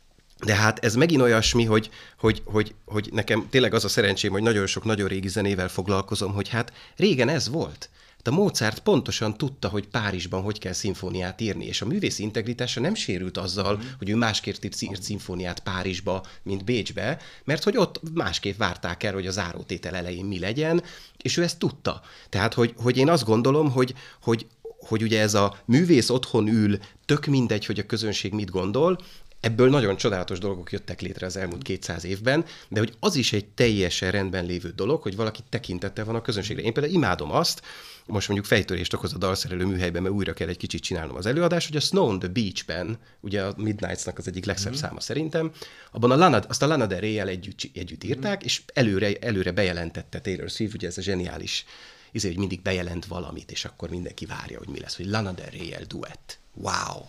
de hát ez megint olyasmi, hogy, hogy, hogy, hogy nekem tényleg az a szerencsém, hogy nagyon sok nagyon régi zenével foglalkozom, hogy hát régen ez volt. De Mozart pontosan tudta, hogy Párizsban hogy kell szimfóniát írni, és a művészi integritása nem sérült azzal, mm. hogy ő másképp írt szimfóniát Párizsba, mint Bécsbe, mert hogy ott másképp várták el, hogy a zárótétel elején mi legyen, és ő ezt tudta. Tehát, hogy, hogy én azt gondolom, hogy, hogy, hogy ugye ez a művész otthon ül, tök mindegy, hogy a közönség mit gondol, ebből nagyon csodálatos dolgok jöttek létre az elmúlt kétszáz évben, de hogy az is egy teljesen rendben lévő dolog, hogy valaki tekintettel van a közönségre. Én például imádom azt, most mondjuk fejtörést okoz a dalszerelő műhelyben, mert újra kell egy kicsit csinálnom az előadást, hogy a Snow on the Beach-ben, ugye a Midnights-nak az egyik legszebb mm. száma szerintem, abban a Lana, azt a Lana Del Rey-jel együtt, együtt írták, mm. és előre, előre bejelentette Taylor Swift, ugye ez a zseniális, izé, hogy mindig bejelent valamit, és akkor mindenki várja, hogy mi lesz, hogy Lana Del Rey-jel duett. Wow!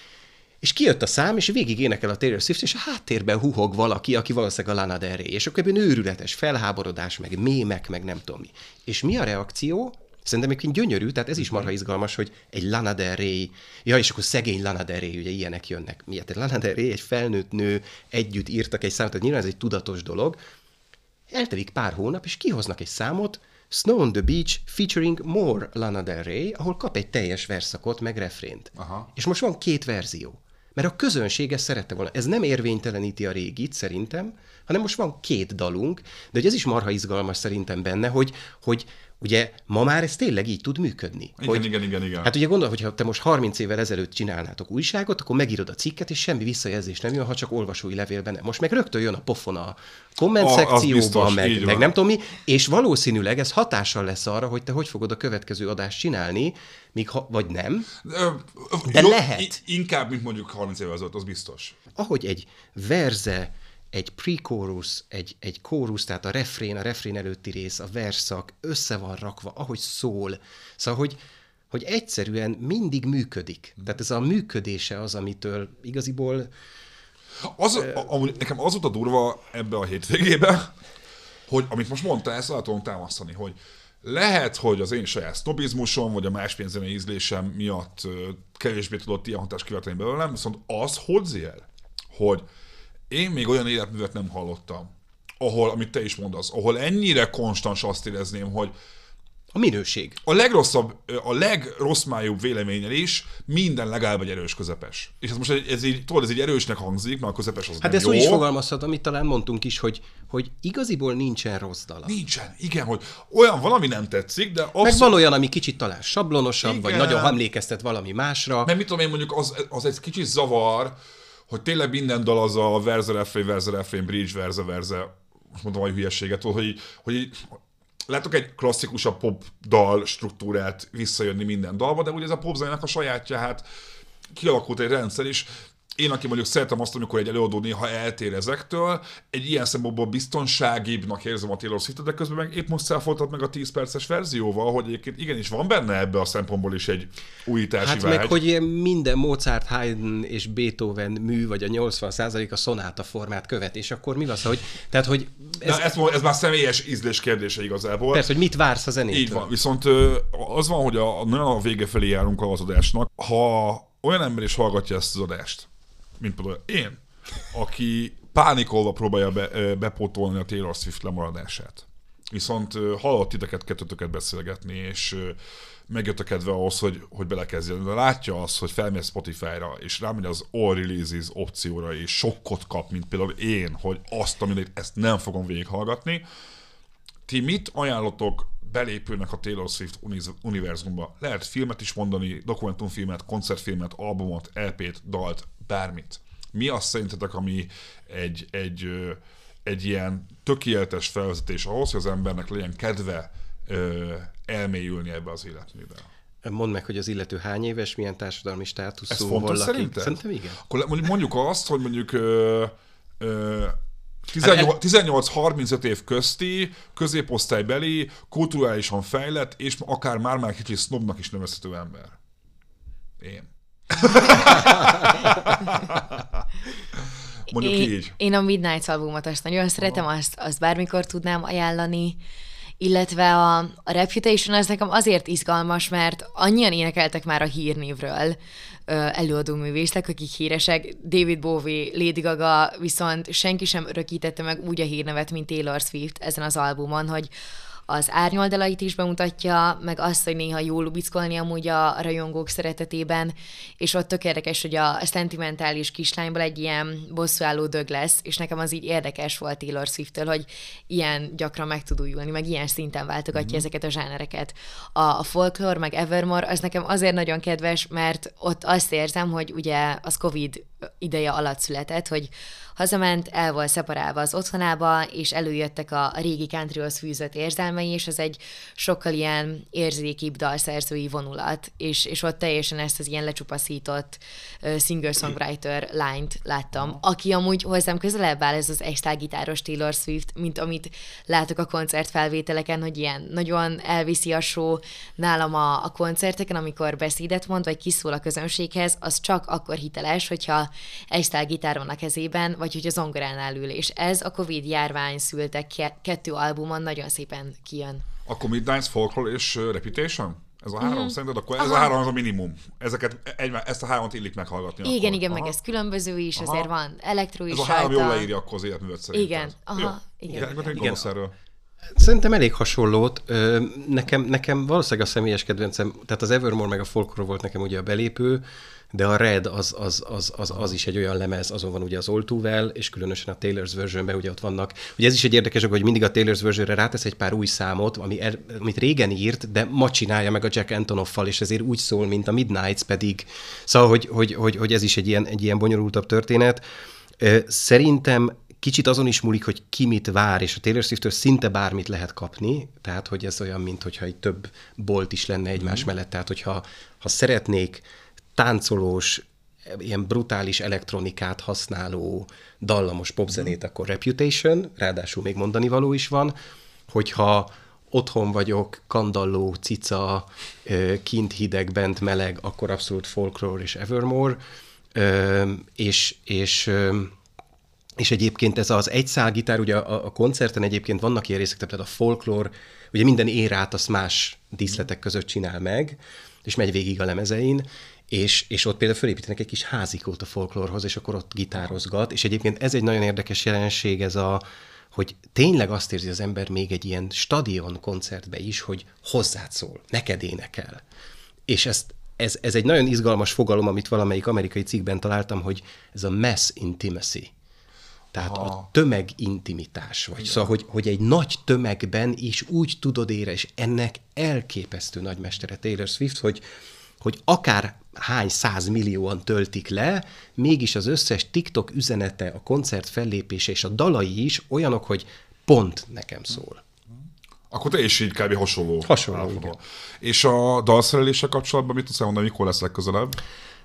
És kijött a szám, és végig énekel a Taylor Swift, és a háttérben huhog valaki, aki valószínűleg a Lana Del Rey, és akkor ebben őrületes felháborodás, meg mémek, meg nem tudom mi. És mi a reakció? Szerintem egyébként gyönyörű, tehát ez is marha izgalmas, hogy egy Lana Del Rey, ja, és akkor szegény Lana Del Rey, ugye ilyenek jönnek. Miért? Egy Lana Del Rey, egy felnőtt nő, együtt írtak egy számot, tehát nyilván ez egy tudatos dolog. Eltelik pár hónap, és kihoznak egy számot, Snow on the Beach featuring more Lana Del Rey, ahol kap egy teljes verszakot, meg refrént. Aha. És most van két verzió. Mert a közönség ezt szerette volna. Ez nem érvényteleníti a régit, szerintem, hanem most van két dalunk, de hogy ez is marha izgalmas szerintem benne, hogy, hogy ugye ma már ez tényleg így tud működni. Igen, hogy, igen, igen, igen. Hát ugye gondolod, hogyha te most harminc évvel ezelőtt csinálnátok újságot, akkor megírod a cikket, és semmi visszajelzés nem jön, ha csak olvasói levélben nem. Most meg rögtön jön a pofon a komment szekcióban, meg, meg nem tudom mi, és valószínűleg ez hatással lesz arra, hogy te hogy fogod a következő adást csinálni, míg ha, vagy nem, de Jó, lehet. Inkább, mint mondjuk harminc évvel ezelőtt, az biztos. Ahogy egy verze, egy pre-chorus, egy, egy chorus, tehát a refrén, a refrén előtti rész, a versszak össze van rakva, ahogy szól. Szóval, hogy, hogy egyszerűen mindig működik. Tehát ez a működése az, amitől igaziból... Az, uh, amúgy nekem az volt a durva ebbe a hétvégébe, hogy amit most mondta, ezt el tudom támasztani, hogy lehet, hogy az én saját sznobizmusom, vagy a más pénzzenei ízlésem miatt uh, kevésbé tudott ilyen hatást kiváltani belőlem, viszont az hozzél, hogy én még olyan életművet nem hallottam, ahol, amit te is mondasz, ahol ennyire konstans azt érezném, hogy a minőség. A legrosszabb, a legrosszmájúbb véleménnyel is minden legalább egy erős közepes. És ez most ez így, tudod, ez így erősnek hangzik, mert a közepes az hát nem ezt jó. úgy is fogalmazhat, amit talán mondtunk is, hogy, hogy igaziból nincsen rossz dala. Nincsen, igen, hogy olyan valami nem tetszik, de abszolút... Meg van olyan, ami kicsit talán sablonosabb, igen. Vagy nagyon emlékeztet valami másra. Mert mit tudom én, mondjuk az, az egy kicsit zavar, hogy tényleg minden dal az a verze, refrén, verze, refrén, bridge, verze, verze, most mondom, hogy hülyeséget, hogy, hogy látok egy klasszikusabb pop dal struktúrát visszajönni minden dalba, de ugye ez a popzenének a sajátja, hát kialakult egy rendszer is, én, aki mondjuk szeretem azt, amikor egy előadó néha eltér ezektől, egy ilyen szempontból biztonságibbnak érzem a Taylor Swiftet, de közben meg épp most szelfoltad meg a tíz perces verzióval, hogy egyébként igenis van benne ebbe a szempontból is egy újítási Hát vágy. meg, hogy ilyen minden Mozart, Haydn és Beethoven mű, vagy a nyolcvan százalék a szonáta formát követ, és akkor mi van, hogy... Tehát, hogy ez, ez, ez már személyes ízlés kérdése igazából. Persze, hogy mit vársz a zenétől. Így van, viszont az van, hogy a, nagyon a vége felé járunk az adásnak, ha olyan ember is hallgatja ezt az adást, mint például én, aki pánikolva próbálja be, bepótolni a Taylor Swift lemaradását. Viszont hallott titeket, kettőtöket beszélgetni, és megjött a kedve ahhoz, hogy, hogy belekezdjen. De látja azt, hogy felmegy Spotify-ra, és rámegy az All Releases opcióra, és sokkot kap, mint például én, hogy azt, amit ezt nem fogom végighallgatni. Ti mit ajánlotok belépőnek a Taylor Swift univerzumba? Lehet filmet is mondani, dokumentumfilmet, koncertfilmet, albumot, é pét, dalt, bármit. Mi azt szerintetek, ami egy, egy, egy ilyen tökéletes felvezetés ahhoz, hogy az embernek legyen kedve ö, elmélyülni ebbe az életműbe? Mondd meg, hogy az illető hány éves, milyen társadalmi státuszú. Ez fontos szerinted? Szerintem igen. Akkor mondjuk azt, hogy mondjuk ö, ö, tizennyolc harmincöt év közti, középosztálybeli, kulturálisan fejlett, és akár már-már kicsit sznobnak is nevezhető ember. Én. Mondjuk én, így. Én a Midnight albumot azt nagyon szeretem, azt, azt bármikor tudnám ajánlani, illetve a, a Reputation az nekem azért izgalmas, mert annyian énekeltek már a hírnévről előadó művészek, akik híresek, David Bowie, Lady Gaga, viszont senki sem örökítette meg úgy a hírnevet, mint Taylor Swift ezen az albumon, hogy az árnyoldalait is bemutatja, meg azt, hogy néha jól lubickolni amúgy a rajongók szeretetében, és ott tök érdekes, hogy a szentimentális kislányból egy ilyen bosszúálló dög lesz, és nekem az így érdekes volt Taylor Swift-től, hogy ilyen gyakran meg tud újulni, meg ilyen szinten váltogatja mm-hmm. ezeket a zsánereket. A, a folklore, meg Evermore, az nekem azért nagyon kedves, mert ott azt érzem, hogy ugye az Covid ideje alatt született, hogy hazament, el volt szeparálva az otthonába, és előjöttek a, a régi countryhoz fűzött érzelmei, és az egy sokkal ilyen érzékibb dalszerzői vonulat, és, és ott teljesen ezt az ilyen lecsupaszított uh, singer-songwriter lányt láttam, aki amúgy hozzám közelebb áll ez az extál-gitáros Taylor Swift, mint amit látok a koncertfelvételeken, hogy ilyen nagyon elviszi a show. Nálam a, a koncerteken, amikor beszédet mond, vagy kiszól a közönséghez, az csak akkor hiteles, hogyha extál-gitár van a kezében, vagy hogy a zongoránál ül, és ez a Covid járvány szültek ke- kettő albumon nagyon szépen kijön. Akkor Midnight, Folklore és Reputation? Ez a három, mm. szerinted? Akkor ez Aha. a három az a minimum. Ezeket, egy, ezt a hármat illik meghallgatni. Igen, akkor. igen, Aha. meg ez különböző is, Aha. azért van elektro is. Ez a három rajta. jól leírja akkor az életművet szerintem. Igen, aha, Jó. igen. Igen, igen. Igen. igen. Szerintem elég hasonlót. Nekem, nekem valószínűleg a személyes kedvencem, tehát az Evermore meg a Folklore volt nekem ugye a belépő, de a Red az, az, az, az, az is egy olyan lemez, azon van ugye az All Too Well, és különösen a Taylor's Versionben ugye ott vannak. Ugye ez is egy érdekes, hogy mindig a Taylor's Versionre rátesz egy pár új számot, ami er, amit régen írt, de ma csinálja meg a Jack Antonoffal, és ezért úgy szól, mint a Midnights pedig. Szóval, hogy, hogy, hogy, hogy ez is egy ilyen, egy ilyen bonyolultabb történet. Szerintem kicsit azon is múlik, hogy ki mit vár, és a Taylor Swift-től szinte bármit lehet kapni, tehát hogy ez olyan, mint hogyha egy több bolt is lenne egymás mm. mellett, tehát hogyha ha szeretnék táncolós, ilyen brutális elektronikát használó, dallamos popzenét, mm. akkor Reputation, ráadásul még mondani való is van, hogyha otthon vagyok, kandalló, cica, kint hideg, bent meleg, akkor abszolút Folklore és Evermore, és, és És egyébként ez az egyszál gitár, ugye a, a koncerten egyébként vannak ilyen részek, tehát a Folklore, ugye minden érát azt más díszletek között csinál meg, és megy végig a lemezein, és, és ott például fölépítenek egy kis házikót a Folklorehoz, és akkor ott gitározgat, és egyébként ez egy nagyon érdekes jelenség, ez a, hogy tényleg azt érzi az ember még egy ilyen stadion koncertbe is, hogy hozzád szól, neked énekel. És ezt ez, ez egy nagyon izgalmas fogalom, amit valamelyik amerikai cikkben találtam, hogy ez a mass intimacy. Tehát Aha. a tömegintimitás, vagy szóval, hogy, hogy egy nagy tömegben is úgy tudod érezni, és ennek elképesztő nagymestere Taylor Swift, hogy, hogy akár hány százmillióan töltik le, mégis az összes TikTok üzenete, a koncert fellépése és a dalai is olyanok, hogy pont nekem szól. Akkor te is így kb. hasonló. Hasonló, igen. És a dalszereléssel kapcsolatban mit tudsz elmondani, mikor lesz legközelebb?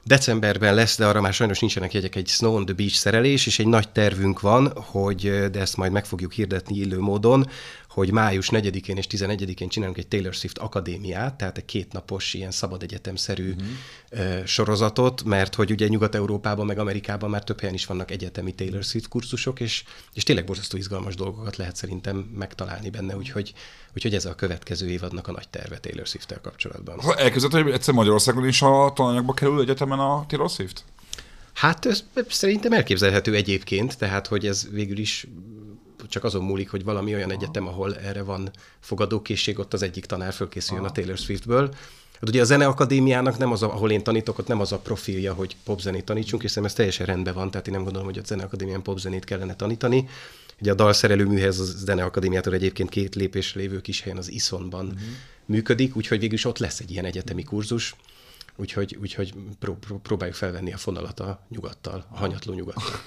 Decemberben lesz, de arra már sajnos nincsenek jegyek, egy Snow on the Beach szerelés, és egy nagy tervünk van, hogy, de ezt majd meg fogjuk hirdetni illő módon, hogy május negyedikén és tizenegyedikén csinálunk egy Taylor Swift akadémiát, tehát egy kétnapos ilyen szabad egyetemszerű uh-huh. sorozatot, mert hogy ugye Nyugat-Európában meg Amerikában már több helyen is vannak egyetemi Taylor Swift kurzusok, és, és tényleg borzasztó izgalmas dolgokat lehet szerintem megtalálni benne, úgyhogy, úgyhogy ez a következő évadnak a nagy terve Taylor Swift-tel kapcsolatban. Ha elkezdett, hogy egyszer Magyarországon is a tananyagba kerül egyetemen a Taylor Swift? Hát ez szerintem elképzelhető egyébként, tehát hogy ez végül is csak azon múlik, hogy valami olyan egyetem, ahol erre van fogadókészség, ott az egyik tanár fölkészüljön a Taylor Swiftből. Hát ugye a Zeneakadémiának nem az, a, ahol én tanítok, ott nem az a profilja, hogy popzenét tanítsunk, és szerintem ez teljesen rendben van, tehát én nem gondolom, hogy a Zeneakadémián popzenét kellene tanítani. Ugye a dalszerelő műhelyez a Zeneakadémiától egyébként két lépésre lévő kis helyen, az Iszonban uh-huh. működik, úgyhogy végül is ott lesz egy ilyen egyetemi kurzus. Úgyhogy, úgyhogy pró- pró- próbáljuk felvenni a fonalat a nyugattal, a hanyatló nyugattal.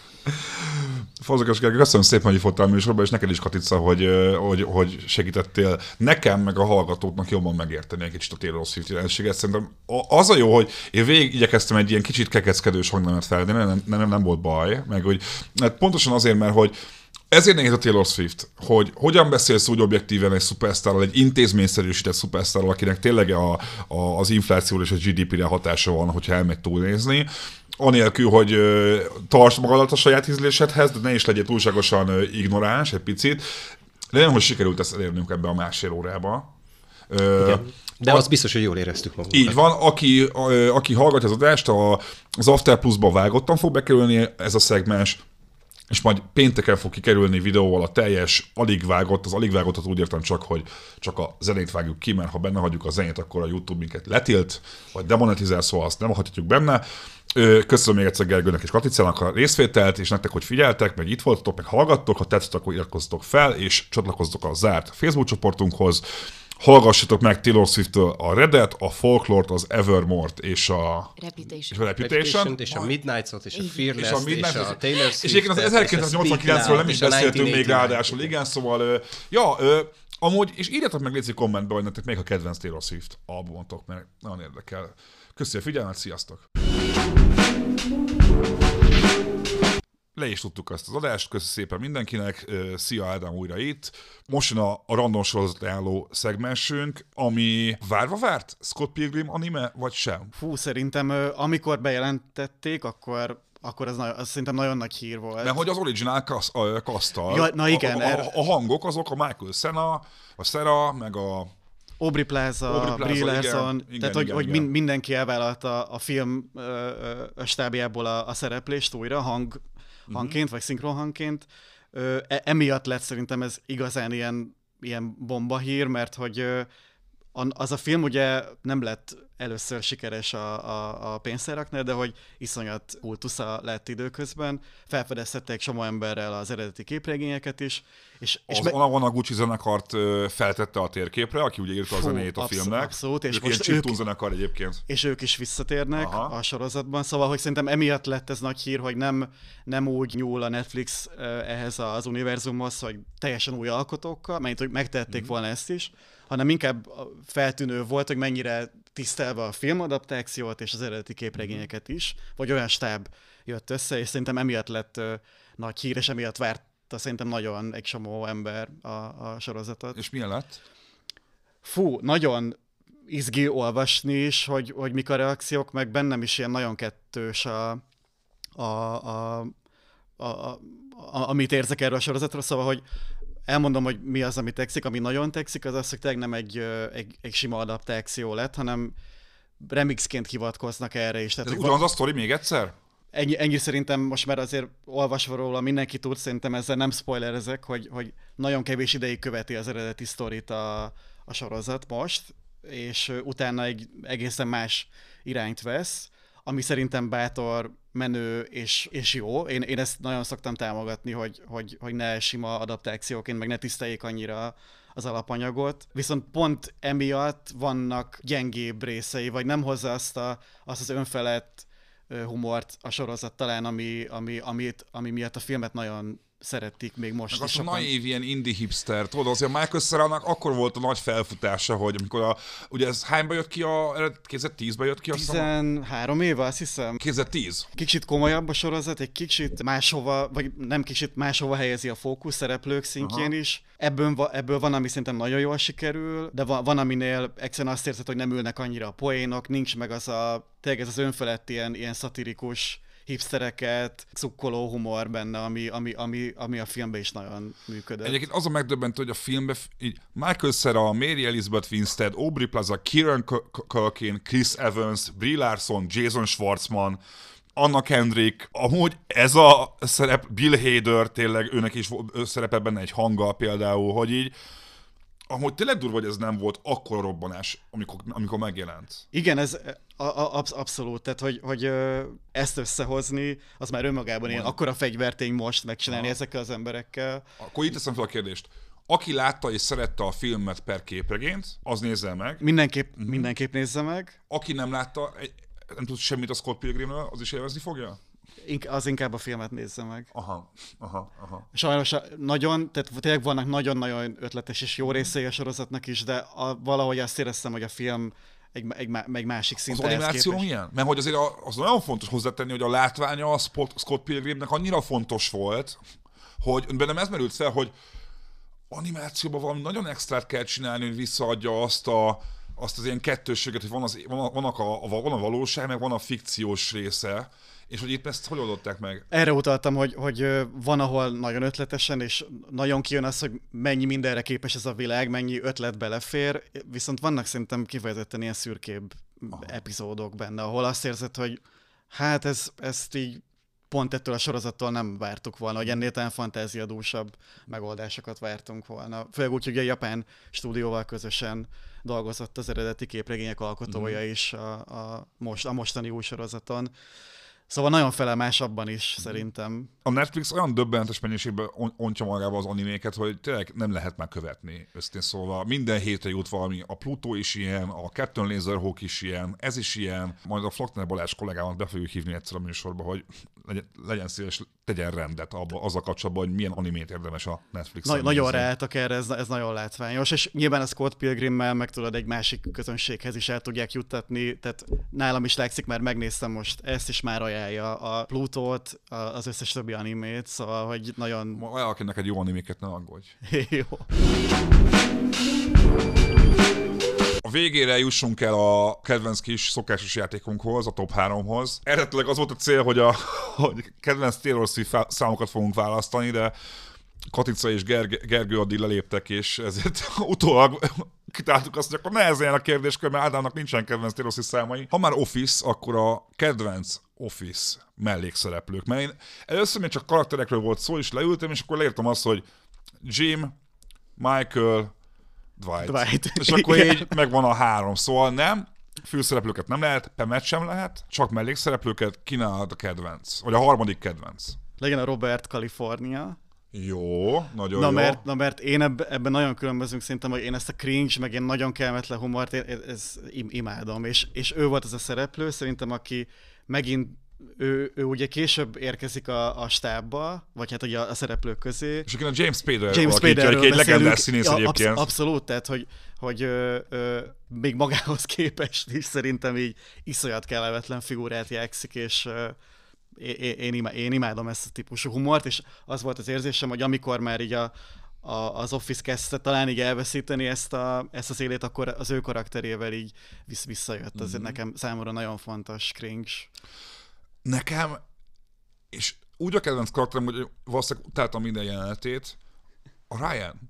Fazekas Gergely, köszönöm szépen, hogy fottál műsorba, és neked is, Katica, hogy, hogy, hogy segítettél nekem, meg a hallgatóknak jobban megérteni egy kicsit a Taylor Swift jelenséget. Szerintem az a jó, hogy én végig igyekeztem egy ilyen kicsit kekeckedős hangnemet felvenni, nem, nem, nem volt baj, meg hogy hát pontosan azért, mert hogy ezért nehéz a Taylor Swift, hogy hogyan beszélsz úgy objektíven egy szupersztárral, egy intézményszerűsített szupersztárral, akinek tényleg a, a, az infláció és a gé dé pére hatása van, hogyha elmegy túlnézni, anélkül, hogy ö, tartsd magadat a saját ízlésedhez, de ne is legyél túlságosan ö, ignoráns egy picit. De nem, hogy sikerült ezt elérnünk ebbe a másfél órába. Ö, Igen. De az biztos, hogy jól éreztük magunkat. Így van, aki, a, aki hallgatja az adást, a, az After Plus-ba vágottan fog bekerülni ez a szegmens, és majd pénteken fog kikerülni videóval a teljes alig vágott, az alig vágottat úgy értem csak, hogy csak a zenét vágjuk ki, mert ha benne hagyjuk a zenét, akkor a YouTube minket letilt, vagy demonetizál, szóval azt nem hagyhatjuk benne. Köszönöm még egyszer Gergőnek és Katicának a részvételt, és nektek, hogy figyeltek, meg itt voltatok, meg hallgattok, ha tetszett, akkor iratkozzatok fel, és csatlakozzatok a zárt Facebook csoportunkhoz. Hallgassatok meg Taylor Swift-től a Redet, a Folklore-t, az Evermore-t és a Reputation, és a, Reputation, és a Midnight-ot, és a Fearless, és a, Midnight, és a Taylor Swift, és egyébként az ezerkilencszáznyolcvankilencről nem is beszéltünk még ráadásul, igen, szóval, ja, ö, amúgy, és írjatok meg légy kommentbe, hogy nektek még a kedvenc Taylor Swift albumotok, mert nagyon érdekel. Köszönjük a figyelmet, sziasztok! Le is tudtuk ezt az adást, köszi szépen mindenkinek, szia Ádám újra itt. Most jön a, a random sorozatra álló szegmensünk, ami várva várt? Scott Pilgrim anime, vagy sem? Fú, szerintem amikor bejelentették, akkor akkor az, az szerintem nagyon nagy hír volt. Mert hogy az original kasztal, ja, na igen, a, a, a hangok azok a Michael Cera, a Cera, meg a Aubrey Plaza, Aubrey Plaza, Brie Larson, igen, tehát igen, hogy, igen. hogy mindenki elvállalta a film ö, ö, stábjából a, a szereplést újra, hang, uh-huh. hangként, vagy szinkronhangként. Ö, e, emiatt lett szerintem ez igazán ilyen, ilyen bomba hír, mert hogy ö, az a film ugye nem lett először sikeres a, a, a pénztáraknál, de hogy iszonyat kultusza lett időközben. Felfedeztettek csomó emberrel az eredeti képregényeket is. És, és az me- Ona Ona Gucci zenekart feltette a térképre, aki ugye írta a zenét a abszol- filmnek. Abszolút, és ők most ilyen ők, zenekar egyébként. és ők is visszatérnek Aha. a sorozatban, szóval, hogy szerintem emiatt lett ez nagy hír, hogy nem, nem úgy nyúl a Netflix ehhez az univerzumhoz, hogy teljesen új alkotókkal, mert hogy megtették mm. volna ezt is, hanem inkább feltűnő volt, hogy mennyire tisztelve a filmadaptációt és az eredeti képregényeket is, vagy olyan stáb jött össze, és szerintem emiatt lett uh, nagy hír, és emiatt várta szerintem nagyon egy csomó ember a, a sorozatot. És milyen lett? Fú, nagyon izgi olvasni is, hogy, hogy mik a reakciók, meg bennem is ilyen nagyon kettős a, a, a, a, a, a, amit érzek erről a sorozatról, szóval, hogy elmondom, hogy mi az, ami tetszik, ami nagyon tetszik, az az, hogy tényleg nem egy, egy, egy sima adaptáció lett, hanem remixként hivatkoznak erre is. Tehát, Ez ugyanaz a sztori még egyszer? Ennyi, ennyi szerintem most már azért olvasva róla mindenki tud, szerintem ezzel nem spoilerezek, hogy, hogy nagyon kevés ideig követi az eredeti sztorit a, a sorozat most, és utána egy egészen más irányt vesz, ami szerintem bátor, menő és, és jó. Én, én ezt nagyon szoktam támogatni, hogy, hogy, hogy ne sima adaptációként, meg ne tiszteljék annyira az alapanyagot. Viszont pont emiatt vannak gyengébb részei, vagy nem hozza azt, a, azt az önfelett humort a sorozat talán, ami, ami, amit, ami miatt a filmet nagyon szeretik még most meg is. az a naív ilyen indie hipster, tudod, azért a Michael Cera-nak akkor volt a nagy felfutása, hogy amikor a, ugye ez hányba jött ki a, kétezer-tízben jött ki a tizenhárom éve, azt hiszem. kétezer-tíz. Kicsit komolyabb a sorozat, egy kicsit máshova, vagy nem kicsit máshova helyezi a fókusz szereplők szintjén Aha. is. Ebből, ebből van, ami szerintem nagyon jól sikerül, de van, van aminél egyszerűen azt érzed, hogy nem ülnek annyira a poénok, nincs meg az a, tényleg ez az önfelett ilyen, ilyen szatirikus hipstereket, cukkoló humor benne, ami, ami, ami, ami a filmben is nagyon működött. Egyébként az a megdöbbentő, hogy a filmben így Michael Cera, Mary Elizabeth Winstead, Aubrey Plaza, Kieran Culkin, Chris Evans, Brie Larson, Jason Schwartzman, Anna Kendrick, amúgy ez a szerep, Bill Hader, tényleg őnek is szerepe benne egy hanggal például, hogy így amúgy tényleg durva, hogy ez nem volt akkora robbanás, amikor, amikor megjelent. Igen, ez a, a, absz- abszolút, tehát hogy, hogy ezt összehozni, az már önmagában ilyen akkora fegyvertény most megcsinálni Aha. ezekkel az emberekkel. Akkor így teszem fel a kérdést. Aki látta és szerette a filmet per képregényt, az nézze meg. Mindenképp, uh-huh. mindenképp nézze meg. Aki nem látta, nem tud semmit a Scott Pilgrimről, az is élvezni fogja? Az inkább a filmet nézze meg. Aha, aha, aha. Sajnos nagyon, tehát tényleg vannak nagyon-nagyon ötletes és jó részei a sorozatnak is, de a, valahogy azt éreztem, hogy a film egy, egy, egy másik szinten. Az animáció képest. Milyen? Mert hogy azért az nagyon fontos hozzátenni, hogy a látványa a Scott Pilgrimnek annyira fontos volt, hogy bennem ez merült fel, hogy animációban valami nagyon extrát kell csinálni, hogy visszaadja azt a azt az ilyen kettősséget, hogy van, az, van, a, vannak a, a, van a valóság, meg van a fikciós része, és hogy itt ezt hogy oldották meg? Erre utaltam, hogy, hogy van, ahol nagyon ötletesen, és nagyon kijön az, hogy mennyi mindenre képes ez a világ, mennyi ötlet belefér, viszont vannak szerintem kifejezetten ilyen szürkébb Aha. epizódok benne, ahol azt érzed, hogy hát ez, ezt így pont ettől a sorozattól nem vártuk volna, hogy ennél talán fantáziadúsabb megoldásokat vártunk volna. Főleg úgy, hogy a japán stúdióval közösen dolgozott az eredeti képregények alkotója mm. is a, a, most, a mostani új sorozaton. Szóval nagyon felemás abban is, szerintem. A Netflix olyan döbbenetes mennyiségben ontja magába az animéket, hogy tényleg nem lehet már követni, őszintén szólva. Minden hétre jut valami. A Pluto is ilyen, a Captain Laserhawk is ilyen, ez is ilyen. Majd a Flockner Balázs kollégámat be fogjuk hívni egyszer a műsorba, hogy legyen, legyen szíves, tegyen rendet abba, azzal kapcsolatban, hogy milyen animét érdemes a Netflixen. Na, nagyon ráálltak erre, ez, ez nagyon látványos, és nyilván a Scott Pilgrimmel meg tudod egy másik közönséghez is el tudják juttatni, tehát nálam is látszik, már megnéztem most ezt is már ajánlja a Plutót, az összes többi animét, szóval, hogy nagyon... Olyan, akinek egy jó animéket ne aggódj. Jó. A végére jussunk el a kedvenc kis szokásos játékunkhoz, a top háromhoz. Eredetileg az volt a cél, hogy a hogy kedvenc Taylor Swift számokat fogunk választani, de Katica és Gerg- Gergő addig leléptek, és ezért utólag kitáltuk azt, hogy akkor nehezen a kérdéskör, mert Ádámnak nincsen kedvenc Taylor Swift számai. Ha már Office, akkor a kedvenc Office mellékszereplők. Mert én először még csak karakterekről volt szó, és leültem, és akkor leírtam azt, hogy Jim, Michael, Dwight. Dwight. És akkor így megvan a három. Szóval nem, főszereplőket nem lehet, Pemet sem lehet, csak mellékszereplőket kínálhat a kedvenc. Vagy a harmadik kedvenc. Legyen a Robert California. Jó, nagyon na jó. Mert, na mert én eb- ebben nagyon különbözünk szerintem, hogy én ezt a cringe, meg én nagyon kellemetlen humort, én, ez imádom. És, és ő volt az a szereplő, szerintem, aki megint Ő, ő ugye később érkezik a, a stábba, vagy hát ugye a, a szereplők közé. És akkor a James Spader James Spaderről aki egy legendás színész ja, egyébként. Absz- abszolút, tehát hogy, hogy ö, ö, még magához képest is szerintem így iszonyat kellemetlen figurát játszik, és ö, én, én, imá, én imádom ezt a típusú humort, és az volt az érzésem, hogy amikor már így a, a, az Office kezdte talán így elveszíteni ezt, a, ezt az élét, akkor az ő karakterével így vissz, visszajött. Az mm-hmm. nekem számomra nagyon fontos cringe. Nekem, és úgy a kedvenc karakterem, hogy valószínűleg utáltam minden jelenetét, a Ryan.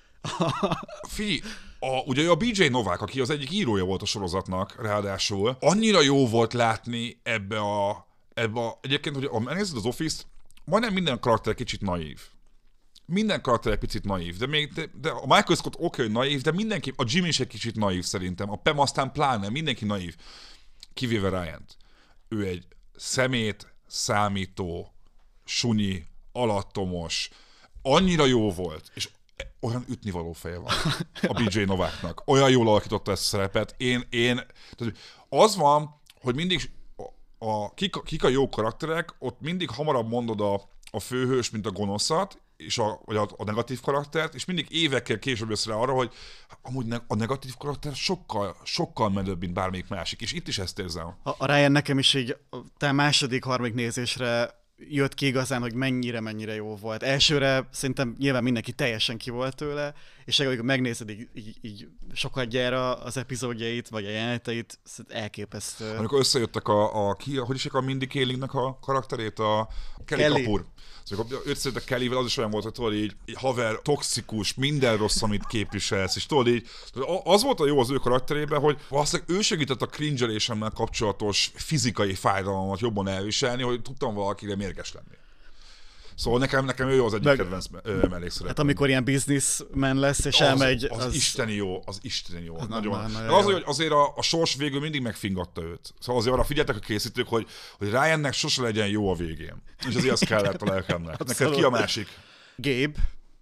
Figyelj, a, ugye a bé jé Novák, aki az egyik írója volt a sorozatnak, ráadásul, annyira jó volt látni ebbe a, ebbe a egyébként, hogy ha megnézed az Office-t, majdnem minden karakter kicsit naív. Minden karakter egy picit naív, de, még, de, de a Michael Scott oké, okay, hogy naív, de mindenki, a Jimmy is egy kicsit naív szerintem, a Pam aztán pláne, mindenki naív, kivéve Ryant. Ő egy szemét, számító, sunyi, alattomos, annyira jó volt, és olyan ütnivaló feje van a bé jé Nováknak. Olyan jól alakította ezt a szerepet. Én, én, az van, hogy mindig a, a, kik, kik a jó karakterek, ott mindig hamarabb mondod a, a főhős, mint a gonoszat, és a, vagy a, a negatív karaktert, és mindig évekkel később jössz rá arra, hogy amúgy ne, a negatív karakter sokkal, sokkal menőbb, mint bármelyik másik, és itt is ezt érzem. A, a Ryan nekem is így, te második, harmadik nézésre jött ki igazán, hogy mennyire-mennyire jó volt. Elsőre szerintem nyilván mindenki teljesen ki volt tőle, és amikor megnézed így, így, így sokadjára az epizódjait, vagy a jeleneteit, elképesztő. Amikor összejöttek a, a ki, hogy is a Mindy Kalingnek a karakterét, a Kelly, Kelly. Kapoor. Szóval összejöttek Kellyvel, az is olyan volt, hogy tudod így, haver, toxikus, minden rossz, amit képviselsz, és tudod így, az volt a jó az ő karakterében, hogy valószínűleg ő segített a cringe-elésemmel kapcsolatos fizikai fájdalmat jobban elviselni, hogy tudtam valakire mérges lenni. Szóval nekem, nekem ő az egyik Meg, kedvenc mellékszereplő. Hát amikor ilyen businessman lesz, és az, elmegy... Az, az isteni jó, az isteni jó. Az nagyon. nagyon, nagyon az, jó. hogy azért a, a sors végül mindig megfingatta őt. Szóval azért arra figyeltek a készítők, hogy, hogy Ryannek sose legyen jó a végén. És azért az kellett a lelkemnek. Neked ki a másik? Gabe.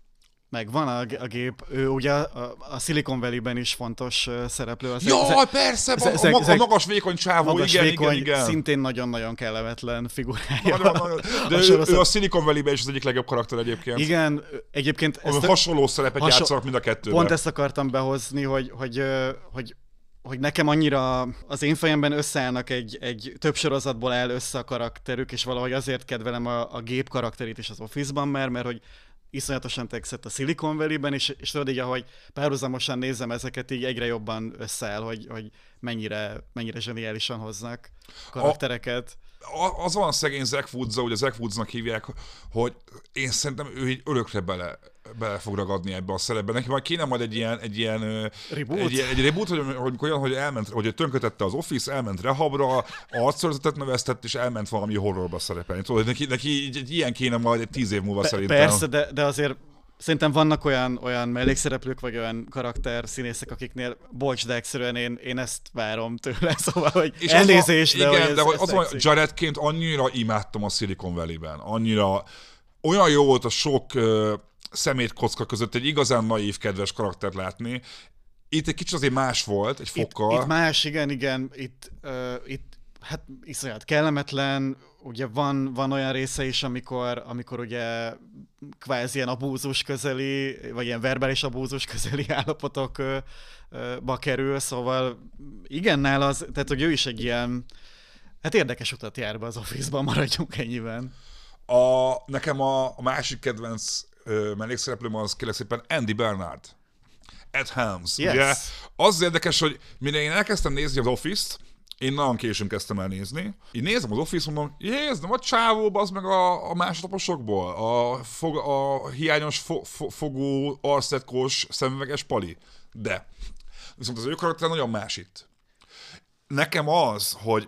Meg van a, a Gabe, ő ugye a, a Silicon Valley-ben is fontos uh, szereplő. Az Jaj, ze- persze, ze- a, ze- a, ze- a magas vékony csávó, magas, igen, vékony, igen, igen. szintén nagyon-nagyon kellemetlen figurája. Nagyon, nagyon. De a ő, sorozat... ő a Silicon Valley-ben is az egyik legjobb karakter egyébként. Igen, egyébként... Ezt hasonló szerepet hasonl... játszanak mind a kettőben. Pont ezt akartam behozni, hogy, hogy, hogy, hogy nekem annyira az én fejemben összeállnak egy, egy több sorozatból áll össze a karakterük, és valahogy azért kedvelem a, a Gabe karakterét is az Office-ban, mert, mert hogy iszonyatosan tetszett a Silicon Valley-ben, és, és tudod így, ahogy párhuzamosan nézem ezeket, így egyre jobban összeáll, hogy, hogy mennyire, mennyire zseniálisan hoznak karaktereket. A, az van a szegény Zach Woods-a, ugye Zach Woods-nak hívják, hogy én szerintem ő így örökre bele, bele fog ragadni ebbe a szerepbe. Neki majd kéne majd egy ilyen, egy ilyen reboot, egy, egy reboot, hogy, hogy olyan, hogy elment, hogy tönkretette az Office, elment rehabra, arcszörzetet növesztett, és elment valami horrorba szerepelni. Tudod, neki, neki egy, egy ilyen kéne majd egy tíz év múlva Pe- szerintem. Persze, de, de azért szerintem vannak olyan, olyan mellékszereplők, vagy olyan karakter színészek, akiknél, bocs, de egyszerűen én, én ezt várom tőle, szóval, hogy és elnézést, de igen, hogy ez, de hogy ez az van, Jaredként annyira imádtam a Silicon Valley-ben, annyira, olyan jó volt a sok uh, szemétkocka között egy igazán naív, kedves karaktert látni. Itt egy kicsit azért más volt, egy fokkal. Itt, itt más, igen, igen, itt, uh, itt hát iszonyat kellemetlen, ugye van, van olyan része is, amikor, amikor ugye kvázi ilyen abúzus közeli, vagy ilyen verbális abúzus közeli állapotokba kerül, szóval igen, nála az, tehát hogy ő is egy ilyen, hát érdekes utat jár be az Office-ban, maradjunk ennyiben. A, nekem a, a másik kedvenc uh, mellékszereplőm az kérlek szépen Andy Bernard. Ed Helms. Yes. Ugye? Az érdekes, hogy mire én elkezdtem nézni az Office-t, én nagyon későn kezdtem el nézni. Így nézem az Office, mondom, jézdem, a csávó, az meg a, a másodlaposokból, a, fog, a hiányos fo, fo, fogú, arsztetkós, szemüveges pali. De, viszont az ő karakter nagyon más itt. Nekem az, hogy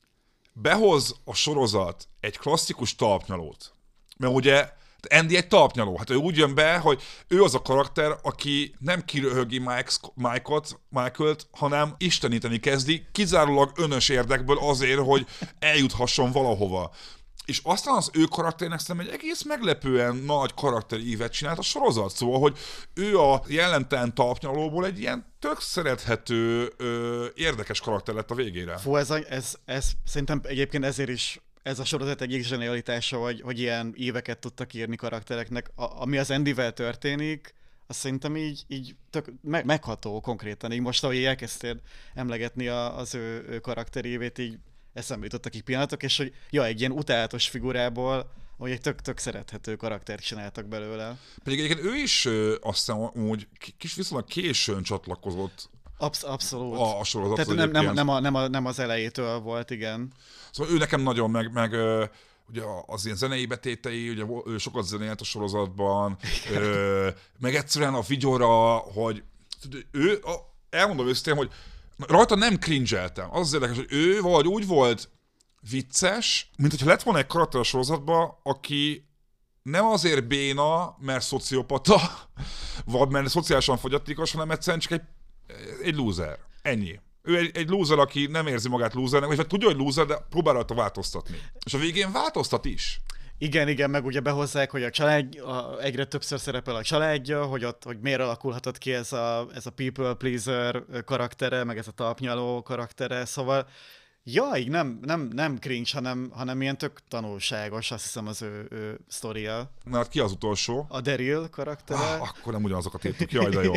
behoz a sorozat egy klasszikus talpnyalót, mert ugye Andy egy talpnyaló. Hát ő úgy jön be, hogy ő az a karakter, aki nem kiröhögi Mike-ot, Michael-t, hanem isteníteni kezdi, kizárólag önös érdekből azért, hogy eljuthasson valahova. És aztán az ő karakternek szerintem egy egész meglepően nagy karakterívet csinált a sorozat. Szóval, hogy ő a jellentelen talpnyalóból egy ilyen tök szerethető, ö, érdekes karakter lett a végére. Fú, ez, a, ez, ez szerintem egyébként ezért is ez a sorozat egyik zsenialitása, hogy, hogy ilyen éveket tudtak írni karaktereknek. A, ami az Andyvel történik, azt szerintem így, így tök me- megható konkrétan. Így most, ahogy elkezdtél emlegetni a, az ő, ő karakterévét, így eszembe jutottak így pillanatok, és hogy ja, egy ilyen utálatos figurából, hogy egy tök-tök szerethető karaktert csináltak belőle. Pedig egyébként ő is ö, azt hiszem, úgy kis viszonylag későn csatlakozott Absz- abszolút. a, a sorozathoz. Tehát nem, nem, nem, a, nem, a, nem az elejétől volt, igen. Szóval ő nekem nagyon, meg, meg ö, ugye az ilyen zenei betétei, ugye ő sokat zenélt a sorozatban, ö, meg egyszerűen a vigyora, hogy ő, a, elmondom őszintén, hogy rajta nem cringe-eltem. Az az érdekes, hogy ő valahogy úgy volt vicces, mint hogyha lett volna egy karakter a sorozatban, aki nem azért béna, mert szociopata, vagy mert szociálisan fogyatékos, hanem egyszerűen csak egy, egy loser. Ennyi. Ő egy, egy loser, aki nem érzi magát losernek, vagy tudja, hogy loser, de próbál rajta változtatni. És a végén változtat is. Igen, igen, meg ugye behozzák, hogy a család, a, egyre többször szerepel a családja, hogy ott, hogy miért alakulhatott ki ez a, ez a people pleaser karaktere, meg ez a talpnyaló karaktere, szóval Ja, így nem, nem, nem cringe, hanem, hanem ilyen tök tanulságos, azt hiszem az ő, ő sztoria. Na hát ki az utolsó? A Daryl karaktere. Ah, akkor nem ugyanazokat írtuk, jaj, de jó.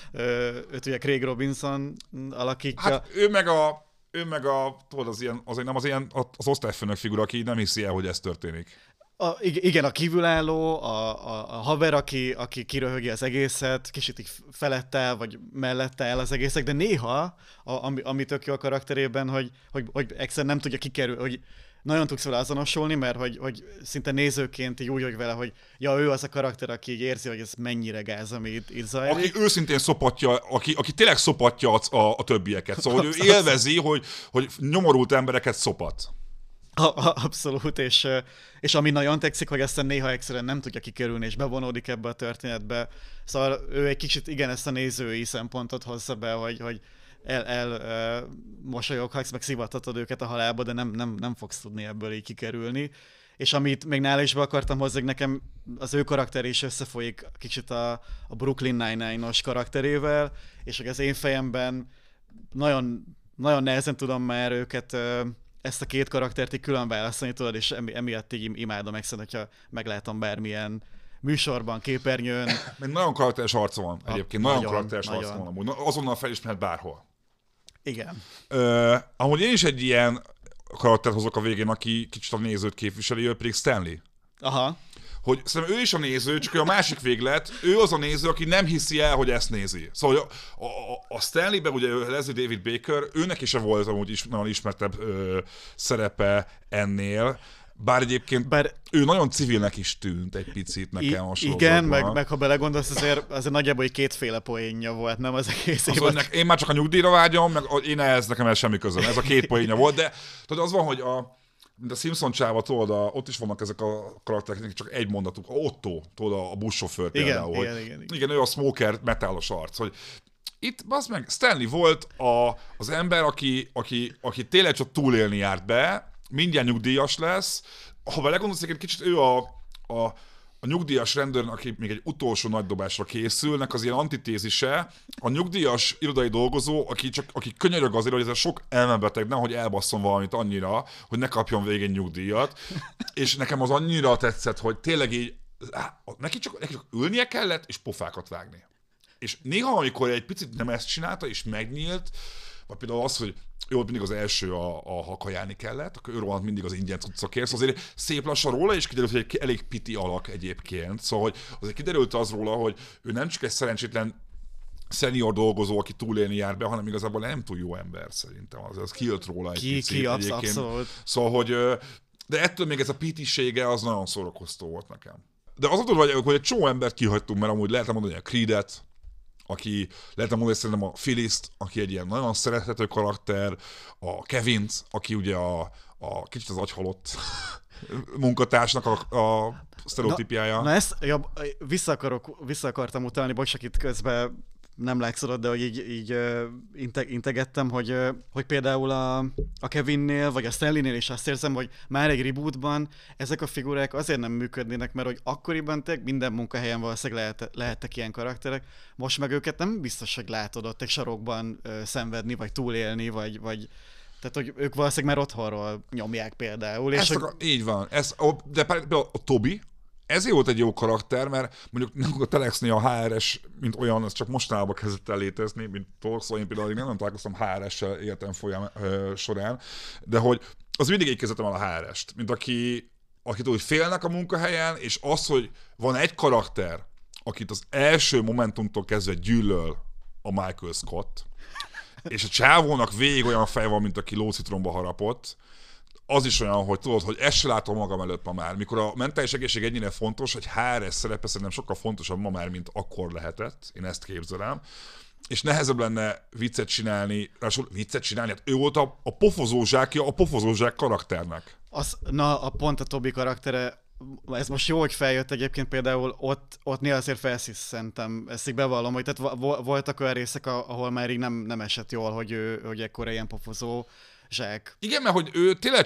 Őt ugye Craig Robinson alakítja. Hát ő meg a, ő meg a, tudod, az ilyen, azért nem az ilyen, az osztályfőnök figura, aki nem hiszi el, hogy ez történik. A, igen, a kívülálló, a, a, a haver, aki, aki kiröhögi az egészet, kicsit így felette, vagy mellette el az egészek, de néha, a, ami, ami tök jó a karakterében, hogy, hogy, hogy egyszerűen nem tudja kikerülni, hogy nagyon tudsz vele azonosulni, mert hogy, hogy szinte nézőként így úgy vagy vele, hogy ja, ő az a karakter, aki így érzi, hogy ez mennyire gáz, ami itt, itt zajlik. Aki őszintén szopatja, aki, aki tényleg szopatja a, a, a többieket. Szóval hogy ő élvezi, hogy, hogy nyomorult embereket szopat. A, a, abszolút, és, és ami nagyon tetszik, hogy aztán néha egyszerűen nem tudja kikerülni, és bevonódik ebbe a történetbe. Szóval ő egy kicsit igen ezt a nézői szempontot hozza be, hogy, hogy el, el uh, mosolyoghatsz, meg szivathatod őket a halálba, de nem, nem, nem fogsz tudni ebből így kikerülni. És amit még nála is be akartam hozni, nekem az ő karakter is összefolyik kicsit a, a Brooklyn Nine-Nine-os karakterével, és az én fejemben nagyon, nagyon nehezen tudom már őket, uh, ezt a két karaktert így külön választani, tudod, és emi, emiatt így imádom meg, hogyha meglátom bármilyen műsorban, képernyőn. Még nagyon karakteres arca van egyébként, nagyon, nagyon karakteres nagyon. arca van amúgy. Azonnal felismerhet bárhol. Igen. Ö, amúgy én is egy ilyen karaktert hozok a végén, aki kicsit a nézőt képviseli, ő pedig Stanley. Aha. Hogy szerintem ő is a néző, csak ő a másik véglet, ő az a néző, aki nem hiszi el, hogy ezt nézi. Szóval a, a, a Stanleyben, ugye Leslie David Baker, őnek is volt amúgy is nagyon ismertebb ö, szerepe ennél, bár egyébként bár ő nagyon civilnek is tűnt egy picit nekem a sorozatban. Igen, meg, meg ha belegondolsz, azért, azért nagyjából egy kétféle poénja volt, nem az egész az, évad. Én már csak a nyugdíjra vágyom, meg én ehhez nekem ez semmi közöm. Ez a két poénja volt, de tudod, az van, hogy a mint a Simpson csáva, tudod, a, ott is vannak ezek a karakterek, csak egy mondatuk. A Otto, tudod, a buszsofőr például. Igen, hogy, igen, igen. igen, ő a smoker metálos arc, hogy itt, bazd meg, Stanley volt a, az ember, aki, aki, aki tényleg csak túlélni járt be, mindjárt nyugdíjas lesz. Ha belegondolsz, egy kicsit ő a, a a nyugdíjas rendőr, aki még egy utolsó nagy dobásra készülnek, az ilyen antitézise, a nyugdíjas irodai dolgozó, aki csak aki könyörög azért, hogy ez a sok elmebeteg, nehogy elbasszon valamit annyira, hogy ne kapjon végén nyugdíjat. És nekem az annyira tetszett, hogy tényleg így, neki csak, neki csak ülnie kellett, és pofákat vágni. És néha, amikor egy picit nem ezt csinálta, és megnyílt, vagy például az, hogy ő volt mindig az első, a, a ha kajálni kellett, akkor ő rohant mindig az ingyen cuccakért, szóval azért szép lassan róla, és kiderült, hogy egy elég piti alak egyébként, szóval hogy azért kiderült az róla, hogy ő nem csak egy szerencsétlen senior dolgozó, aki túlélni jár be, hanem igazából nem túl jó ember szerintem, az, az kiölt róla egy ki, picit ki, egyébként. abszolút. Szóval, hogy, de ettől még ez a pitisége az nagyon szórakoztó volt nekem. De az a dolog, hogy egy csomó embert kihagytunk, mert amúgy lehetne mondani a Creedet, aki lehetne mondani szerintem a Phyllis-t, aki egy ilyen nagyon szerethető karakter, a Kevint, aki ugye a, a kicsit az agyhalott munkatársnak a, a sztereotípiája. Na, na ezt ja, vissza, akarok, vissza akartam utalni, bocs, itt közben nem látszolod, de hogy így, így inte, integettem, hogy, hogy például a, a Kevinnél, vagy a Stanleynél is azt érzem, hogy már egy rebootban ezek a figurák azért nem működnének, mert hogy akkoriban tényleg minden munkahelyen valószínűleg lehet, lehettek ilyen karakterek, most meg őket nem biztos, hogy látod ott egy sarokban ö, szenvedni, vagy túlélni, vagy, vagy tehát, hogy ők valószínűleg már otthonról nyomják például. És akar, hogy... Így van. Ez, de például a Toby, ezért volt egy jó karakter, mert mondjuk nem a Telexnél a há er es, mint olyan, ez csak mostanában kezdett el létezni, mint Talk, szóval én például nem, nem találkoztam há er es-sel életem folyam ö, során, de hogy az mindig így kezdettem el a há er est, mint aki, akit úgy félnek a munkahelyen, és az, hogy van egy karakter, akit az első momentumtól kezdve gyűlöl a Michael Scott, és a csávónak végig olyan fej van, mint aki lócitromba harapott, az is olyan, hogy tudod, hogy ezt se látom magam előtt ma már. Mikor a mentális egészség ennyire fontos, hogy há er es szerepe szerintem sokkal fontosabb ma már, mint akkor lehetett. Én ezt képzelem. És nehezebb lenne viccet csinálni, rásul viccet csinálni, hát ő volt a, a pofozózsákja a pofozózsák karakternek. Az, na, a pont a Toby karaktere, ez most jó, hogy feljött egyébként például, ott, ott néha azért felsziszentem, ezt így bevallom, hogy tehát voltak olyan részek, ahol már így nem, nem esett jól, hogy ő hogy ekkora ilyen pofozó zsák. Igen, mert hogy ő tényleg csak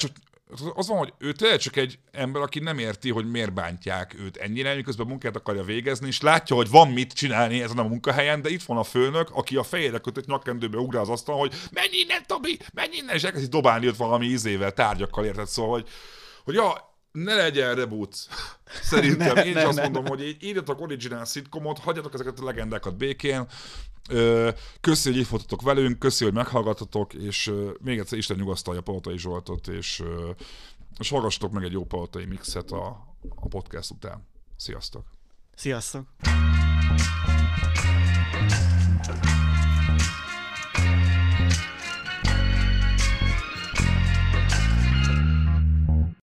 az van, hogy ő tényleg csak egy ember, aki nem érti, hogy miért bántják őt ennyire, miközben munkát akarja végezni, és látja, hogy van mit csinálni ezen a munkahelyen, de itt van a főnök, aki a fejére kötött nyakkendőbe ugrál az asztalon, hogy menj innen, Tobi, menj innen, és elkezdi dobálni őt valami ízével, tárgyakkal, érted? Szóval, hogy, hogy ja, ne legyen reboot. Szerintem ne, én ne, is azt ne, mondom, ne. hogy így írjatok original sitcomot, hagyjatok ezeket a legendákat békén. Köszi, hogy itt voltatok velünk, köszi, hogy meghallgattatok, és még egyszer Isten nyugasztalja Palotai Zsoltot, és, és hallgassatok meg egy jó palotai mixet a, a podcast után. Sziasztok! Sziasztok!